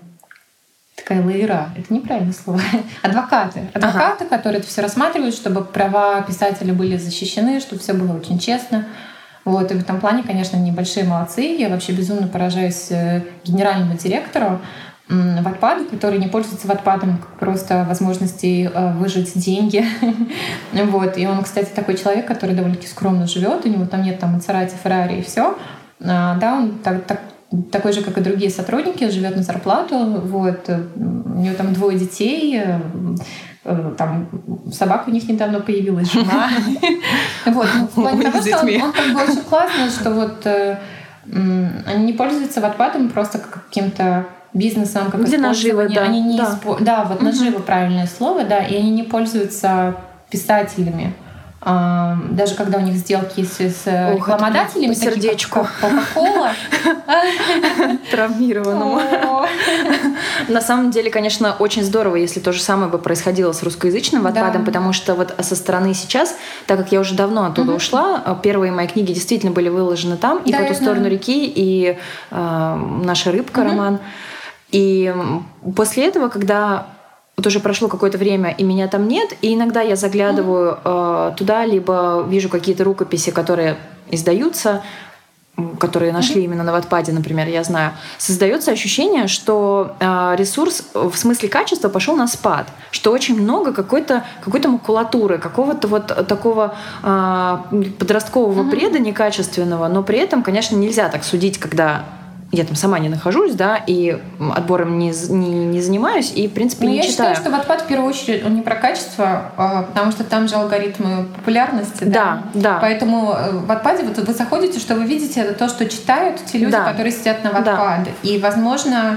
такая лейра, это неправильное слово, адвокаты. Адвокаты, ага. которые это все рассматривают, чтобы права писателя были защищены, чтобы все было очень честно. Вот. И в этом плане, конечно, они большие молодцы. Я вообще безумно поражаюсь генеральному директору Wattpad, который не пользуется Wattpad как просто возможностью выжать деньги. Вот. И он, кстати, такой человек, который довольно-таки скромно живет. У него там нет там Мацерати, Феррари и все. Да, он так, так такой же, как и другие сотрудники, живет на зарплату. Вот. У нее там двое детей. Там собака у них недавно появилась, жена. Вот. Ну, в плане того, что он, он как бы очень классный, что вот они не пользуются Wattpad просто как каким-то бизнесом, как для наживы, да. Они не да. Испо... да, вот наживы правильное слово, да, и они не пользуются писателями. А, даже когда у них сделки есть с Ох, рекламодателями, такие как Coca-Cola. Травмированному. На самом деле, конечно, очень здорово, если то же самое бы происходило с русскоязычным Wattpad'ом, потому что вот со стороны сейчас, так как я уже давно оттуда ушла, первые мои книги действительно были выложены там, и «По ту сторону реки», и «Наша рыбка» роман. И после этого, когда вот уже прошло какое-то время, и меня там нет, и иногда я заглядываю mm-hmm. э, туда, либо вижу какие-то рукописи, которые издаются, которые нашли mm-hmm. именно на Wattpad'е, например, я знаю, создается ощущение, что э, ресурс в смысле качества пошел на спад, что очень много какой-то, какой-то макулатуры, какого-то вот такого э, подросткового mm-hmm. бреда некачественного, но при этом, конечно, нельзя так судить, когда я там сама не нахожусь, да, и отбором не, не, не занимаюсь, и, в принципе, Но не я читаю. Я считаю, что Wattpad в первую очередь он не про качество, потому что там же алгоритмы популярности. Да, да. да. Поэтому в Wattpad вот вы заходите, что вы видите, это то, что читают те люди, да. которые сидят на Wattpad. Да. И, возможно,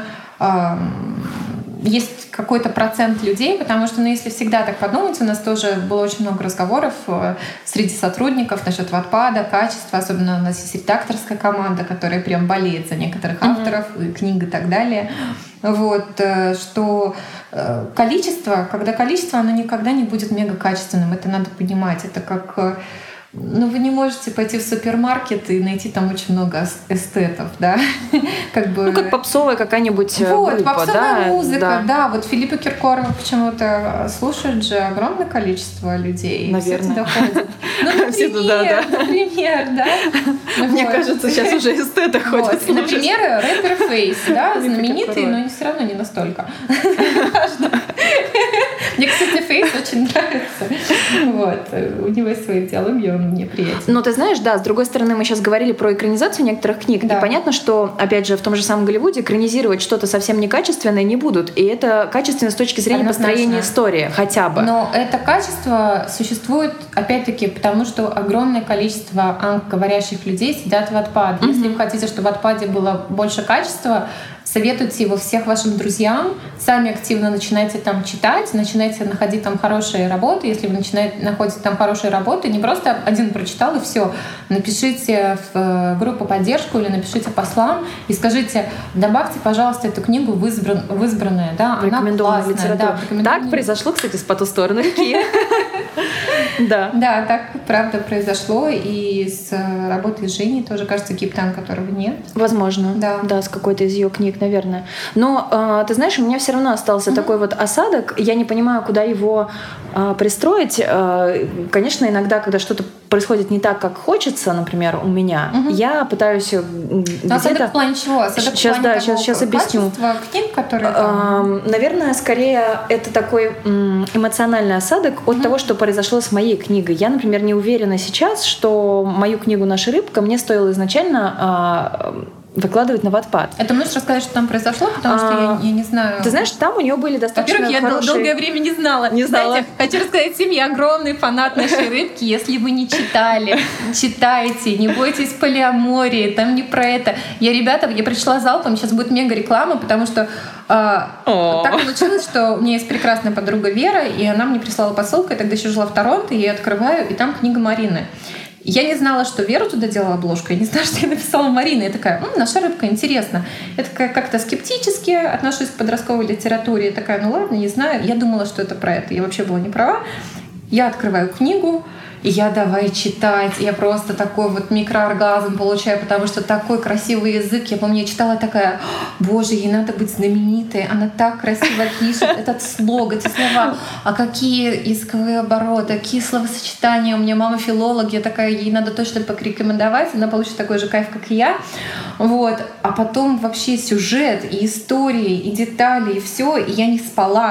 есть какой-то процент людей, потому что, ну, если всегда так подумать, у нас тоже было очень много разговоров среди сотрудников насчет Wattpad, качества, особенно у нас есть редакторская команда, которая прям болеет за некоторых mm-hmm. авторов, книг и так далее. Вот, что количество, когда количество, оно никогда не будет мега качественным, это надо понимать. Это как... Ну, вы не можете пойти в супермаркет и найти там очень много эстетов, да? как бы... Ну, как попсовая какая-нибудь вот, группа, попсовая да? музыка, да. да. Вот Филиппа Киркорова почему-то слушают же огромное количество людей. Наверное. Все туда ходят. Ну, например, например, да? Мне кажется, сейчас уже эстеты ходят слушать. Например, рэпер Фейс, да, знаменитый, но все равно не настолько. Мне, кстати, Фейс очень нравится. Вот. У него есть свои диалоги, он мне приятен. Ну, ты знаешь, да, с другой стороны, мы сейчас говорили про экранизацию некоторых книг, да. И понятно, что, опять же, в том же самом Голливуде экранизировать что-то совсем некачественное не будут. И это качественно с точки зрения Однозначно. Построения истории, хотя бы. Но это качество существует, опять-таки, потому что огромное количество англоговорящих людей сидят в Wattpad. Mm-hmm. Если вы хотите, чтобы в Wattpad было больше качества, советуйте его всех вашим друзьям, сами активно начинайте там читать, начинайте находить там хорошие работы. Если вы начинаете находите там хорошие работы, не просто один прочитал и все, напишите в группу поддержку или напишите послам и скажите: добавьте, пожалуйста, эту книгу в, избран, в избранное, да, она классная. Да, так произошло, кстати, с «По ту сторону реки». Да. Да, так правда произошло, и с работой с Женей тоже, кажется, Киптан, которого нет. Возможно, да, да, с какой-то из ее книг, наверное. Но э, ты знаешь, у меня все равно остался mm-hmm. такой вот осадок. Я не понимаю, куда его э, пристроить. Э, конечно, иногда, когда что-то происходит не так, как хочется, например, у меня, mm-hmm. я пытаюсь где-то... Осадок в плане чего? Осадок сейчас, в плане да, сейчас, сейчас объясню. Книг, которые там... э, Наверное, скорее это такой эмоциональный осадок от mm-hmm. того, что произошло с моей книгой. Я, например, не уверена сейчас, что мою книгу «Наша рыбка» мне стоило изначально э, выкладывать на Wattpad. Это можешь рассказать, что там произошло? Потому а, что я, я не знаю. Ты знаешь, там у нее были достаточно Во-первых, я хорошие... долгое время не знала. Не знала. Знаете, хочу рассказать всем, я огромный фанат «Нашей рыбки». Если вы не читали, читайте, не бойтесь полиамории, там не про это. Я, ребята, я прочла залпом, сейчас будет мега реклама, потому что а, так получилось, что у меня есть прекрасная подруга Вера, и она мне прислала посылку, я тогда еще жила в Торонто, и я открываю, и там книга Марины. Я не знала, что Вера туда делала обложку, я не знала, что я написала Марина. Я такая: М, «Наша рыбка, интересно». Я такая как-то скептически отношусь к подростковой литературе. Я такая: ну ладно, не знаю. Я думала, что это про это. Я вообще была не права. Я открываю книгу, и я давай читать. Я просто такой вот микрооргазм получаю, потому что такой красивый язык. Я помню, я читала такая: боже, ей надо быть знаменитой. Она так красиво пишет этот слог, эти слова. А какие языковые обороты, какие словосочетания. У меня мама филолог, я такая: ей надо точно порекомендовать. Она получит такой же кайф, как и я. Вот. А потом вообще сюжет, и истории, и детали, и все. И я не спала.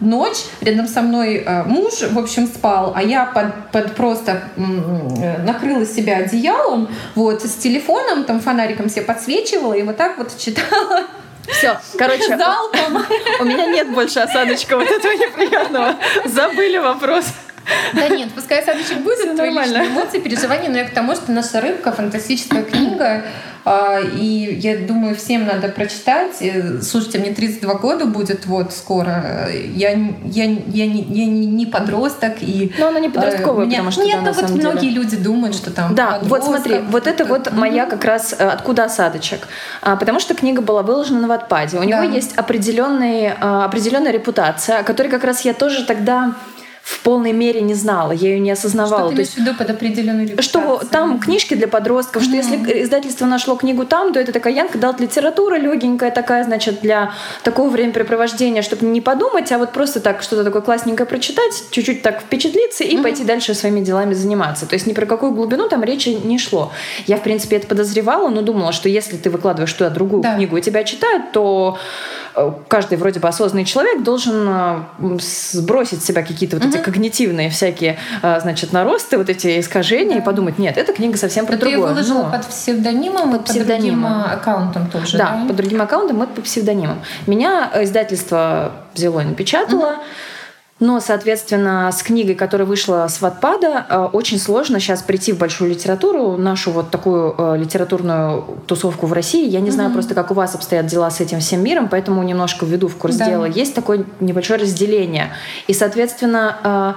ночь, рядом со мной муж, в общем, спал, а я под, под просто накрыла себя одеялом, вот, с телефоном, там, фонариком себе подсвечивала и вот так вот читала. Все, короче, залпом. У меня нет больше осадочка вот этого неприятного. Забыли вопрос. Да нет, пускай осадочек будет, твои личные эмоции, переживания, но я к тому, что «Наша рыбка» — фантастическая книга, и я думаю, всем надо прочитать. Слушайте, мне тридцать два года будет вот скоро. Я, я, я, я, не, я не подросток. И, но она не подростковая, меня... потому что нет, да, ну на вот самом многие деле. люди думают, что там да, вот смотри, вот это вот mm-hmm. моя как раз «Откуда осадочек?». А, потому что книга была выложена на Wattpad. У него да. есть определенный, определенная репутация, о которой как раз я тоже тогда в полной мере не знала, я ее не осознавала. Что ты имеешь в виду под определенную репутацию? Что там книжки для подростков, mm-hmm. что если издательство нашло книгу там, то это такая Янка Далт литература легенькая такая, значит, для такого времяпрепровождения, чтобы не подумать, а вот просто так что-то такое классненькое прочитать, чуть-чуть так впечатлиться и mm-hmm. пойти дальше своими делами заниматься. То есть ни про какую глубину там речи не шло. Я, в принципе, это подозревала, но думала, что если ты выкладываешь туда другую да. книгу и тебя читают, то каждый вроде бы осознанный человек должен сбросить с себя какие-то вот mm-hmm. эти когнитивные всякие, значит, наросты, вот эти искажения, да. и подумать, нет, эта книга совсем про другое. Ты ее выложила но... под псевдонимом, под, под псевдонимом. другим аккаунтом тоже, да? Да, под другим аккаунтом и по псевдонимам. Меня издательство взяло и напечатало, mm-hmm. но, соответственно, с книгой, которая вышла с Wattpad, очень сложно сейчас прийти в большую литературу, нашу вот такую литературную тусовку в России. Я не знаю mm-hmm. просто, как у вас обстоят дела с этим всем миром, поэтому немножко введу в курс да. дела. Есть такое небольшое разделение. И, соответственно,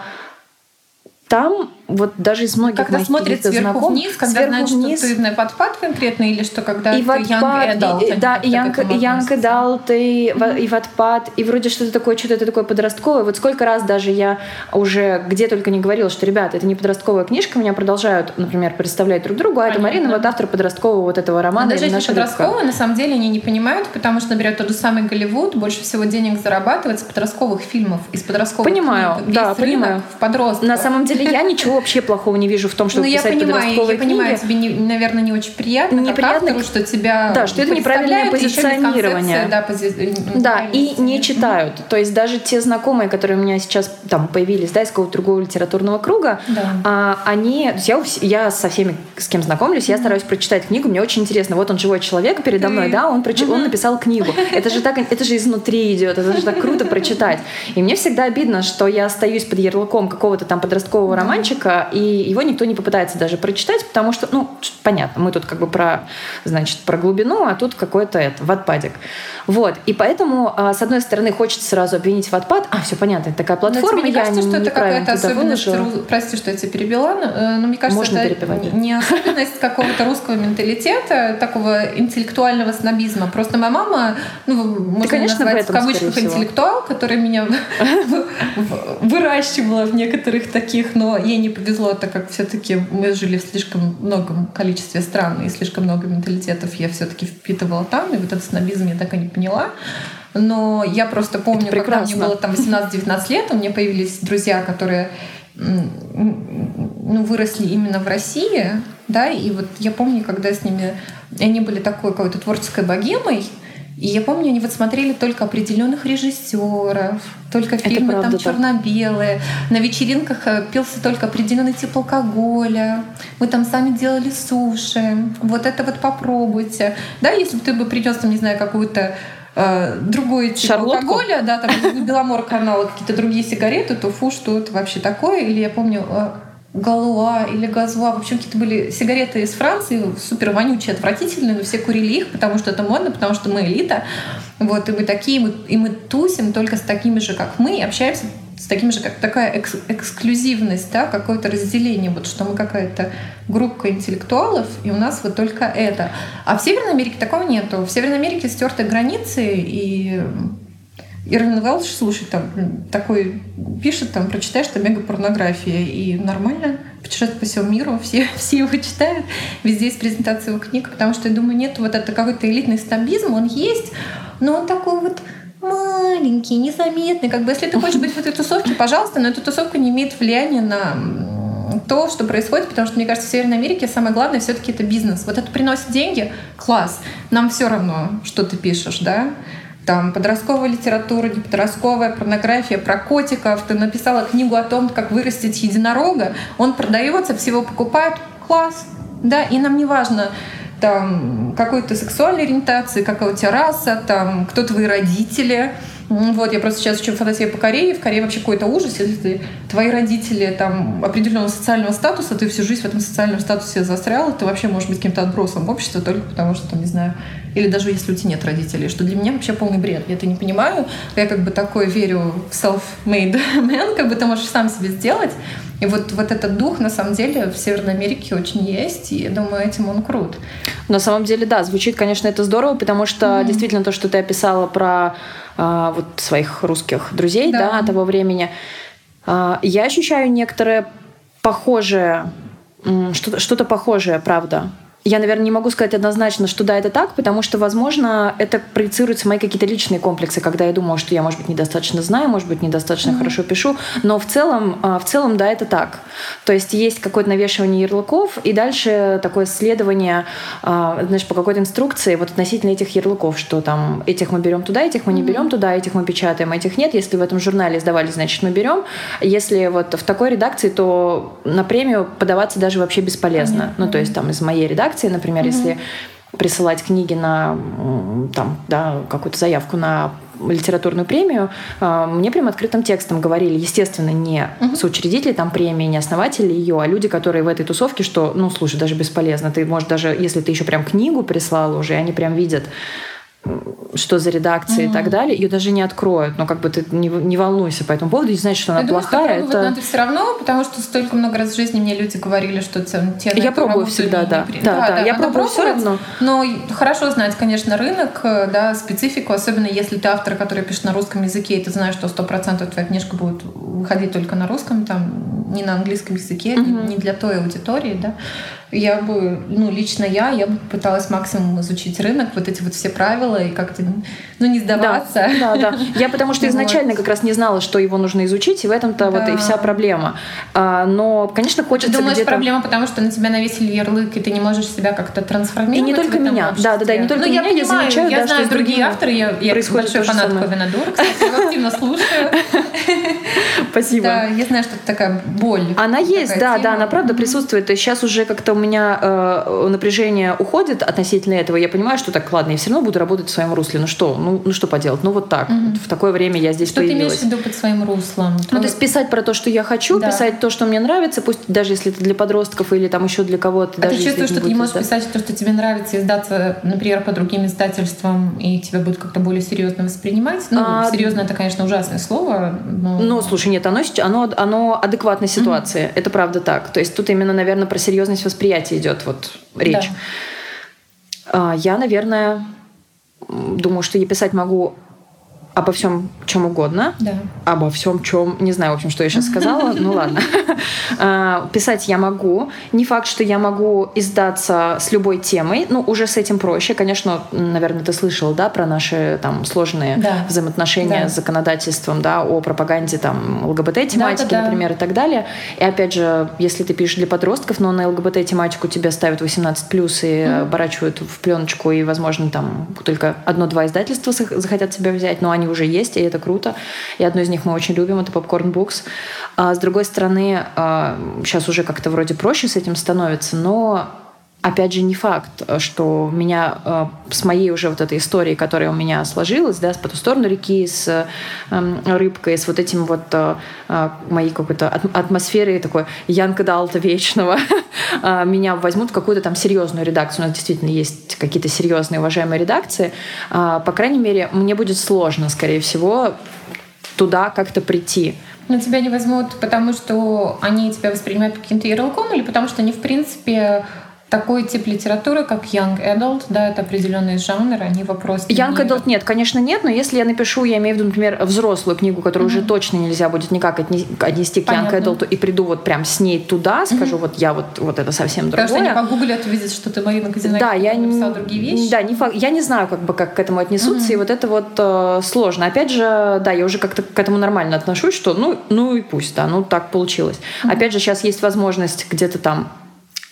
там вот даже из многих когда моих смотрит сверху знакомых, вниз, когда сверху знает, вниз. что ты на Wattpad конкретно, или что когда и ты young adult, и, да, и young, young adult, и, mm-hmm. и Wattpad, и вроде что-то такое, что-то это такое подростковое. Вот сколько раз даже я уже где только не говорила, что, ребята, это не подростковая книжка, меня продолжают, например, представлять друг другу, а это Марина, вот автор подросткового вот этого романа. Но даже если подростковая, на самом деле они не понимают, потому что, например, тот же самый Голливуд больше всего денег зарабатывает с подростковых фильмов, из подростковых понимаю, книг. Да, весь понимаю. рынок в подростках. На самом деле я ничего вообще плохого не вижу в том, чтобы ну, писать я понимаю, подростковые я понимаю, книги. тебе, не, наверное, не очень приятно, неприятно, как автору, что тебя да, что это неправильное позиционирование. Да, пози... да и не читают. Mm-hmm. То есть даже те знакомые, которые у меня сейчас там появились, да, из какого-то другого литературного круга, да. а, они... Я, я со всеми, с кем знакомлюсь, mm-hmm. я стараюсь прочитать книгу, мне очень интересно. Вот он живой человек передо мной, mm-hmm. да, он, проч... mm-hmm. он написал книгу. Это же так, это же изнутри идет, это же так круто прочитать. И мне всегда обидно, что я остаюсь под ярлыком какого-то там подросткового mm-hmm. романчика, и его никто не попытается даже прочитать, потому что, ну, понятно, мы тут как бы про, значит, про глубину, а тут какой-то это, Wattpadик. Вот. И поэтому, с одной стороны, хочется сразу обвинить Wattpad. А, все понятно, это такая платформа, но тебе не я кажется, не, что это какая-то особенность, выложила. прости, что я тебя перебила, но мне кажется, Можно это перебивать. не особенность какого-то русского менталитета, такого интеллектуального снобизма. Просто моя мама, ну, можно конечно, назвать в, этом, в кавычках интеллектуал, который меня выращивала в некоторых таких, но ей не повезло, так как все-таки мы жили в слишком многом количестве стран и слишком много менталитетов я все-таки впитывала там, и вот этот снобизм я так и не поняла. Но я просто помню, когда мне было там восемнадцать-девятнадцать лет, у меня появились друзья, которые ну, выросли именно в России, да, и вот я помню, когда с ними, они были такой какой-то творческой богемой, и я помню, они вот смотрели только определенных режиссеров, только фильмы там черно-белые. На вечеринках пился только определенный тип алкоголя. Мы там сами делали суши. Вот это вот попробуйте. Да, если бы ты бы принес там, не знаю, какую-то э, другой тип Шарлотку? Алкоголя, да, там Беломор канала, какие-то другие сигареты, то фу, что это вообще такое? Или я помню Галуа или Газуа. В общем, какие-то были сигареты из Франции, супер вонючие, отвратительные, но все курили их, потому что это модно, потому что мы элита. Вот, и мы такие, мы, и мы тусим только с такими же, как мы, и общаемся с такими же, как такая экс, эксклюзивность, да, какое-то разделение, вот, что мы какая-то группа интеллектуалов, и у нас вот только это. А в Северной Америке такого нету. В Северной Америке стерты границы, и Ирвин Велш, слушай, там такой пишет, там прочитаешь, что мегапорнография, и нормально путешествует по всему миру, все, все его читают, везде есть презентация его книг, потому что, я думаю, нет вот это какой-то элитный снобизм, он есть, но он такой вот маленький, незаметный. Как бы, если ты хочешь быть в этой тусовке, пожалуйста, но эта тусовка не имеет влияния на то, что происходит, потому что, мне кажется, в Северной Америке самое главное все-таки это бизнес. Вот это приносит деньги, класс, нам все равно, что ты пишешь, да. там подростковая литература, не подростковая, порнография, про котиков. Ты написала книгу о том, как вырастить единорога. Он продается, всего покупают. Класс. Да, и нам не важно, там, какой ты сексуальной ориентации, какая у тебя раса, там, кто твои родители. Вот, я просто сейчас учу фантазию по Корее. В Корее вообще какой-то ужас, если ты, твои родители там, определенного социального статуса, ты всю жизнь в этом социальном статусе застряла, ты вообще можешь быть каким-то отбросом в обществе только потому, что, там, не знаю, или даже если у тебя нет родителей, что для меня вообще полный бред. Я это не понимаю. Я как бы такой верю в self-made man, как бы ты можешь сам себе сделать. И вот, вот этот дух, на самом деле, в Северной Америке очень есть, и я думаю, этим он крут. На самом деле, да, звучит, конечно, это здорово, потому что mm-hmm. действительно то, что ты описала про а, вот своих русских друзей, да, да того времени, а, я ощущаю некоторое похожее, что-то, что-то похожее, правда. Я, наверное, не могу сказать однозначно, что да, это так, потому что, возможно, это проецируются мои какие-то личные комплексы, когда я думаю, что я, может быть, недостаточно знаю, может быть, недостаточно mm-hmm. хорошо пишу, но в целом, в целом, да, это так. То есть есть какое-то навешивание ярлыков, и дальше такое следование, знаешь, по какой-то инструкции вот относительно этих ярлыков, что там этих мы берем туда, этих мы не берем mm-hmm. туда, этих мы печатаем, этих нет. Если в этом журнале издавали, значит, мы берем. Если вот в такой редакции, то на премию подаваться даже вообще бесполезно. Mm-hmm. Ну, то есть там из моей редакции, например, mm-hmm. если присылать книги на там, да, какую-то заявку на литературную премию, мне прям открытым текстом говорили, естественно, не uh-huh. соучредители там премии, не основатели ее, а люди, которые в этой тусовке, что, ну, слушай, даже бесполезно. Ты, может, даже если ты еще прям книгу прислала уже, они прям видят, что за редакция mm-hmm. и так далее, ее даже не откроют. Но как бы ты не, не волнуйся по этому поводу, не знаешь, что она я плохая. Думаю, что это... надо все равно, потому что столько много раз в жизни мне люди говорили, что те, те я пробую всегда, не, да. Не да, да, да. Я пробую все равно. Но хорошо знать, конечно, рынок, да, специфику, особенно если ты автор, который пишет на русском языке, и ты знаешь, что сто процентов твоя книжка будет выходить только на русском, там, не на английском языке, mm-hmm. не для той аудитории, да. Я бы, ну, лично я, я бы пыталась максимум изучить рынок, вот эти вот все правила и как-то, ну, не сдаваться. Да, да, да. Я потому что изначально как раз не знала, что его нужно изучить, и в этом-то вот и вся проблема. Но, конечно, хочется где-то... Ты думаешь, проблема, потому что на тебя навесили ярлык, и ты не можешь себя как-то трансформировать? И не только меня. Да, да, да, не только меня. Я замечаю, я знаю другие авторы, я большой фанат Ковина Дур, кстати, я активно слушаю. Спасибо. Да, я знаю, что это такая боль. Она есть, да, да, она правда присутствует. То есть сейчас уже как-то у меня э, напряжение уходит относительно этого. Я понимаю, что так, ладно, я все равно буду работать в своем русле. Ну что, ну, ну что поделать? Ну вот так. Mm-hmm. Вот в такое время я здесь что появилась. Что ты имеешь в виду под своим руслом? Ну, то есть писать про то, что я хочу, да. писать то, что мне нравится, пусть даже если это для подростков или там еще для кого-то. А даже ты чувствуешь, что ты не можешь издать. писать то, что тебе нравится, издаться, например, по другим издательствам, и тебя будут как-то более серьезно воспринимать? Ну, а... серьезно, это, конечно, ужасное слово. Но... Ну, слушай, нет, оно, оно, оно адекватной ситуации. Mm-hmm. Это правда так. То есть тут именно, наверное, про серьезность восприятия идет вот речь. Да. Я, наверное, думаю, что я писать могу обо всем, чем угодно. Да. Обо всем, чем... Не знаю, в общем, что я сейчас сказала. Ну, ладно. Писать я могу. Не факт, что я могу издаться с любой темой. Ну, уже с этим проще. Конечно, наверное, ты слышала, да, про наши там сложные да. взаимоотношения да. с законодательством, да, о пропаганде там ЛГБТ-тематики, да, да, например, да. и так далее. И опять же, если ты пишешь для подростков, но на ЛГБТ-тематику тебя ставят восемнадцать плюс и mm-hmm. оборачивают в пленочку, и, возможно, там только одно-два издательства захотят тебя взять, но они уже есть, и это круто. И одно из них мы очень любим, это Popcorn Books. А с другой стороны, сейчас уже как-то вроде проще с этим становится, но опять же, не факт, что меня с моей уже вот этой историей, которая у меня сложилась, да, с «По ту сторону реки», с «Рыбкой», с вот этим вот моей какой-то атмосферой такой Янка Далта вечного, меня возьмут в какую-то там серьезную редакцию. У нас действительно есть какие-то серьезные, уважаемые редакции. По крайней мере, мне будет сложно, скорее всего, туда как-то прийти. Но тебя не возьмут, потому что они тебя воспринимают каким-то ярлыком, или потому что они, в принципе, такой тип литературы, как Young Adult, да, это определенный жанр, они вопрос... Young Adult нет, конечно, нет, но если я напишу, я имею в виду, например, взрослую книгу, которую mm-hmm. уже точно нельзя будет никак отнести к Young Adult, и приду вот прям с ней туда, скажу, mm-hmm. вот я вот, вот это совсем другое. Потому что они погуглят, увидят, что ты Марина Козинак, да, я написала другие вещи. Да, не факт. Я не знаю, как бы, как к этому отнесутся, mm-hmm. и вот это вот э, сложно. Опять же, да, я уже как-то к этому нормально отношусь, что ну, ну и пусть, да, ну так получилось. Mm-hmm. Опять же, сейчас есть возможность где-то там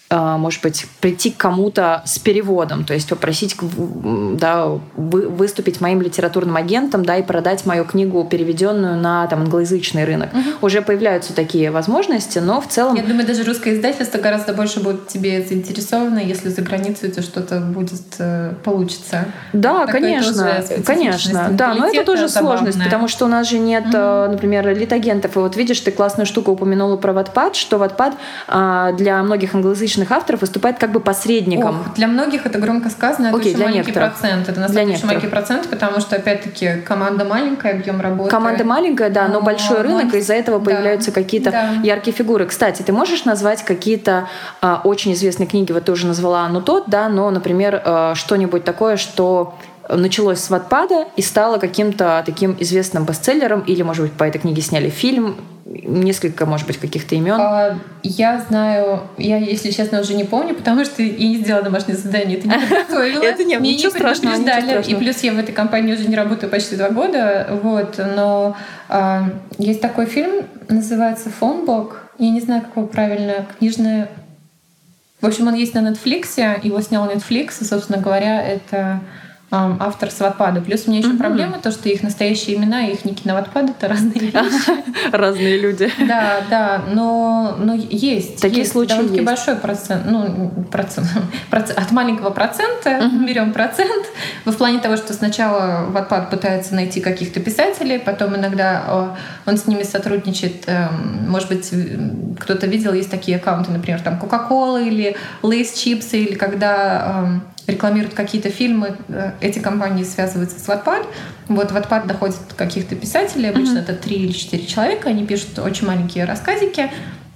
может быть, прийти к кому-то с переводом, то есть попросить, да, выступить моим литературным агентом, да, и продать мою книгу, переведенную на там, англоязычный рынок. Угу. Уже появляются такие возможности, но в целом... Я думаю, даже русское издательство гораздо больше будет тебе заинтересовано, если за границей это что-то будет э, получится. Да, такое конечно, конечно. Да, но это тоже забавная. Сложность, потому что у нас же нет, угу. например, литагентов. И вот видишь, ты классную штуку упомянула про Wattpad, что Wattpad а, для многих англоязычных авторов выступает как бы посредником. Ох, для многих это громко сказано, это Окей, очень маленький некоторых. процент. Это на самом деле очень маленький процент, потому что, опять-таки, команда маленькая, объем работы. Команда маленькая, да, но, но большой рынок, но... и из-за этого появляются да, какие-то да. яркие фигуры. Кстати, ты можешь назвать какие-то а, очень известные книги, вот ты уже назвала «Анну Тот», да, но, например, а, что-нибудь такое, что началось с Wattpad и стало каким-то таким известным бестселлером, или, может быть, по этой книге сняли фильм, несколько, может быть, каких-то имен? А, я знаю, я, если честно, уже не помню, потому что я не сделала домашнее задание, это не подготовила. Это не, ничего страшного, ничего страшного. И плюс я в этой компании уже не работаю почти два года, вот, но а, есть такой фильм, называется «Фонбок», я не знаю, как его правильно, книжное... В общем, он есть на Netflix, его снял Netflix, и, собственно говоря, это... автор с Wattpad. Плюс у меня еще mm-hmm. проблема, то, что их настоящие имена и их ники на Wattpad — это разные вещи. Разные люди. Да, да, но, но есть. Такие есть случаи довольно-таки есть. большой процент, ну, процент, процент от маленького процента mm-hmm. берем процент. В плане того, что сначала Wattpad пытается найти каких-то писателей, потом иногда он с ними сотрудничает. Может быть, кто-то видел, есть такие аккаунты, например, там Coca-Cola или Lay's Chips, или когда рекламируют какие-то фильмы, эти компании связываются с Wattpad. Вот Wattpad доходит до каких-то писателей, обычно mm-hmm. это три или четыре человека, они пишут очень маленькие рассказики,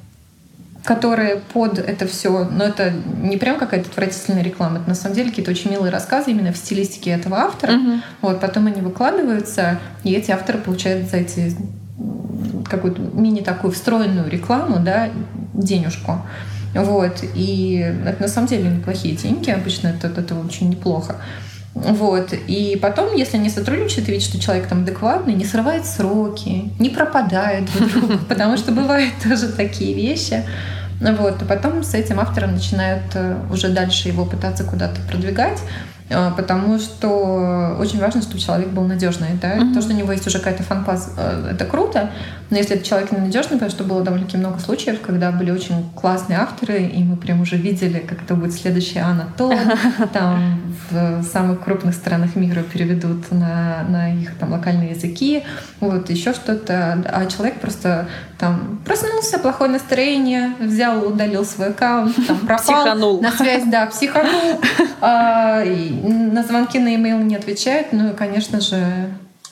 которые под это все, но это не прям какая-то отвратительная реклама, это на самом деле какие-то очень милые рассказы именно в стилистике этого автора. Mm-hmm. Вот, потом они выкладываются, и эти авторы получают за эти какую-то мини такую встроенную рекламу, да, денежку. Вот. И это на самом деле неплохие деньги. Обычно это, это очень неплохо. Вот. И потом, если они сотрудничают и видят, что человек там адекватный, не срывает сроки, не пропадает вдруг, потому что бывают тоже такие вещи. Вот. И потом с этим автором начинают уже дальше его пытаться куда-то продвигать, потому что очень важно, чтобы человек был надежный. Да? Mm-hmm. То, что у него есть уже какая-то фан-база, это круто, но если этот человек ненадежный, потому что было довольно-таки много случаев, когда были очень классные авторы, и мы прям уже видели, как это будет следующая Анна Тот, там в самых крупных странах мира переведут на, на их там локальные языки, вот еще что-то, а человек просто там проснулся, плохое настроение, взял, удалил свой аккаунт, там пропал, психанул. На связь, да, психанул, а, на звонки, на имейл не отвечает, ну и, конечно же,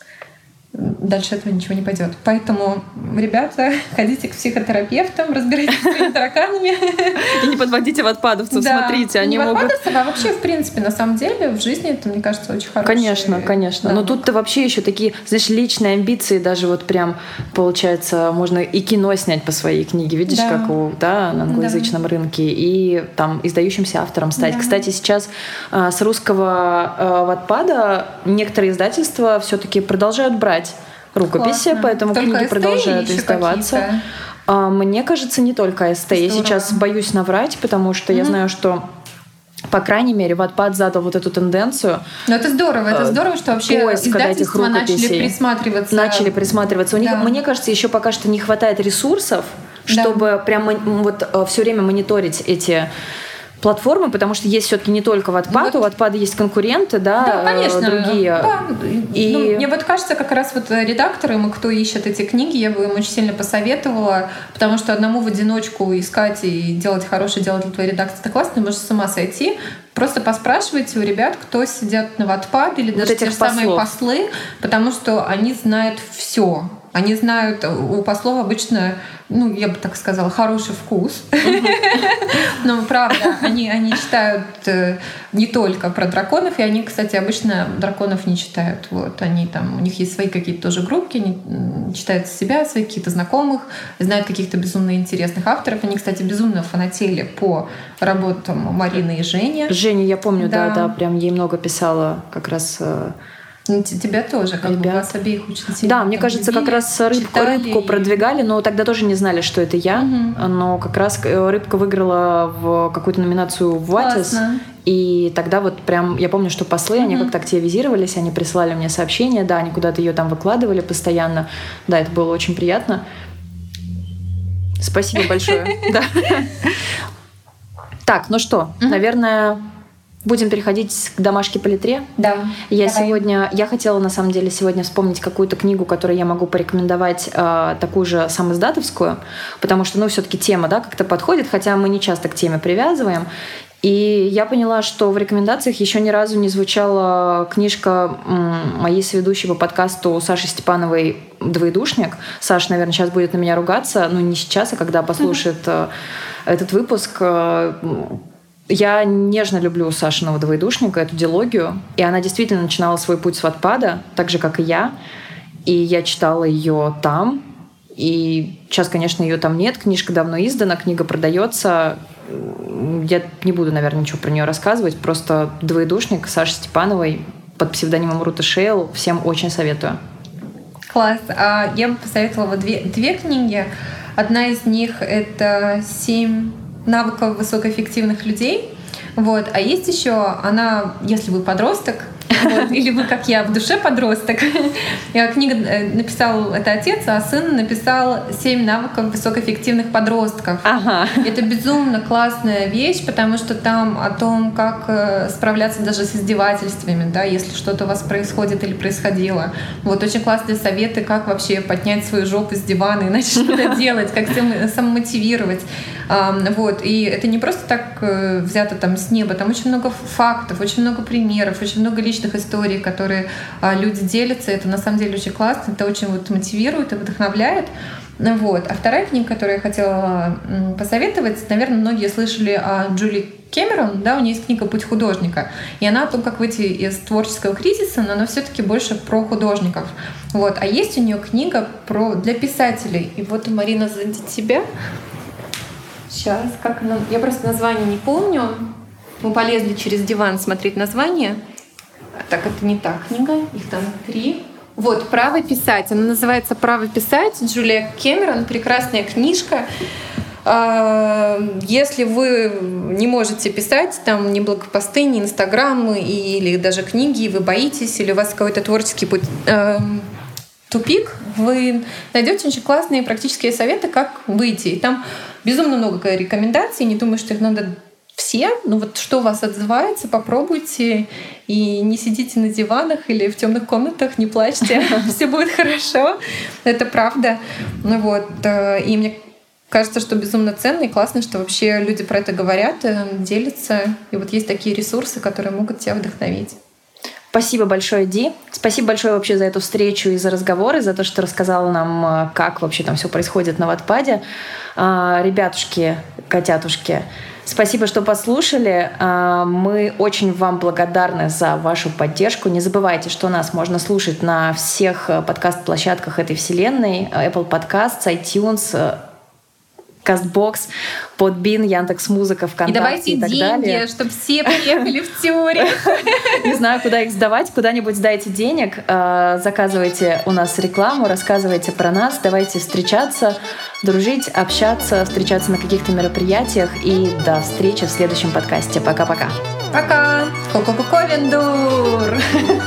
дальше этого ничего не пойдет. Поэтому, ребята, ходите к психотерапевтам, разбирайтесь с своими тараканами. И не подводите ватпадовцев, да. Смотрите, они не могут... ватпадовцев, а вообще, в принципе, на самом деле, в жизни это, мне кажется, очень хорошо. Конечно, конечно. Да. Но тут-то вообще еще такие, знаешь, личные амбиции, даже вот прям, получается, можно и кино снять по своей книге, видишь, да. как у, да, на англоязычном да. рынке, и там издающимся автором стать. Да. Кстати, сейчас а, с русского а, ватпада некоторые издательства все-таки продолжают брать рукописи, классно. Поэтому только книги продолжают издаваться. А, мне кажется, не только АСТ. Я сейчас боюсь наврать, потому что mm-hmm. я знаю, что по крайней мере, Wattpad задал вот эту тенденцию. Но это здорово, это здорово, что вообще издательства начали присматриваться. Начали присматриваться. У них, да. мне кажется, еще пока что не хватает ресурсов, чтобы да. прям вот все время мониторить эти платформы, потому что есть все-таки не только Wattpad, ну, вот, у Wattpad есть конкуренты, да, да конечно, другие. Да. И... Ну, мне вот кажется, как раз вот редакторам, и кто ищет эти книги, я бы им очень сильно посоветовала, потому что одному в одиночку искать и делать хорошее дело для твоей редакции, это классно, можешь с ума сойти. Просто поспрашивайте у ребят, кто сидят на Wattpad или даже вот те же самые послы, потому что они знают все. Они знают, у послов обычно, ну, я бы так сказала, хороший вкус. Но правда, они, они читают не только про драконов, и они, кстати, обычно драконов не читают. Вот, они там, у них есть свои какие-то тоже группки, они читают себя, своих каких-то знакомых, знают каких-то безумно интересных авторов. Они, кстати, безумно фанатели по работам Марины и Жени. Женя, я помню, да, да, да прям ей много писала как раз Ну, тебя тоже, как бы вас обеих очень сильно. Да, мне кажется, любили, как раз рыбку, рыбку продвигали, но тогда тоже не знали, что это я. Угу. Но как раз рыбка выиграла в какую-то номинацию в Ватис. И тогда вот прям, я помню, что послы, угу. они как-то активизировались, они присылали мне сообщения, да, они куда-то ее там выкладывали постоянно. Да, это было очень приятно. Спасибо большое. Так, ну что, наверное... Будем переходить к домашке по литре. Да. Я давай. сегодня, я хотела на самом деле сегодня вспомнить какую-то книгу, которую я могу порекомендовать, э, такую же самоиздатовскую, потому что, ну, все-таки тема, да, как-то подходит, хотя мы не часто к теме привязываем. И я поняла, что в рекомендациях еще ни разу не звучала книжка м, моей соведущей по подкасту Саши Степановой «Двоедушник». Саша, наверное, сейчас будет на меня ругаться, ну, не сейчас, а когда послушает э, этот выпуск. Э, Я нежно люблю Сашиного «Двоедушника», эту дилогию. И она действительно начинала свой путь с Wattpad, так же, как и я. И я читала ее там. И сейчас, конечно, ее там нет. Книжка давно издана, книга продается. Я не буду, наверное, ничего про нее рассказывать. Просто «Двоедушник» Саши Степановой под псевдонимом Рута Шейл. Всем очень советую. Класс. А я бы посоветовала две, две книги. Одна из них — это «Семь навыков высокоэффективных людей». Вот. А есть еще она, если вы подросток, вот, или вы, как я, в душе подросток. Книгу написал это отец, а сын написал «Семь навыков высокоэффективных подростков». Ага. Это безумно классная вещь, потому что там о том, как справляться даже с издевательствами, да, если что-то у вас происходит или происходило. Вот очень классные советы, как вообще поднять свою жопу с дивана и начать что-то делать, как самомотивировать. Вот. И это не просто так взято там с неба, там очень много фактов, очень много примеров, очень много личных историй, которые а, люди делятся. Это на самом деле очень классно, это очень вот мотивирует и вдохновляет. Вот. А вторая книга, которую я хотела м, посоветовать, наверное, многие слышали о Джули Кэмерон, да, у нее есть книга «Путь художника», и она о том, как выйти из творческого кризиса, но она все-таки больше про художников. Вот. А есть у нее книга про, для писателей. И вот, Марина, сзади тебя. Сейчас, как она... Я просто название не помню. Мы полезли через диван смотреть название. Так, это не та книга, их там три. Вот, «Право писать». Она называется «Право писать». Джулия Кэмерон. Прекрасная книжка. Если вы не можете писать, там ни блогпосты, ни инстаграмы, или даже книги, вы боитесь, или у вас какой-то творческий путь, э, тупик, вы найдете очень классные практические советы, как выйти. И там безумно много рекомендаций. Не думаю, что их надо все, ну вот что у вас отзывается, попробуйте и не сидите на диванах или в темных комнатах, не плачьте, все будет хорошо, это правда. Ну вот, и мне кажется, что безумно ценно и классно, что вообще люди про это говорят, делятся, и вот есть такие ресурсы, которые могут тебя вдохновить. Спасибо большое, Ди. Спасибо большое вообще за эту встречу и за разговоры, за то, что рассказала нам, как вообще там все происходит на Wattpad. Ребятушки, котятушки, спасибо, что послушали. Мы очень вам благодарны за вашу поддержку. Не забывайте, что нас можно слушать на всех подкаст-площадках этой вселенной. Apple Podcasts, iTunes, Castbox, Podbean, Яндекс.Музыка, ВКонтакте и, давайте и так деньги, далее. чтобы все приехали в теорию. Не знаю, куда их сдавать, куда-нибудь сдайте денег, заказывайте у нас рекламу, рассказывайте про нас, давайте встречаться, дружить, общаться, встречаться на каких-то мероприятиях. И до встречи в следующем подкасте. Пока-пока. Пока. Ко-ко-ко-ковендур.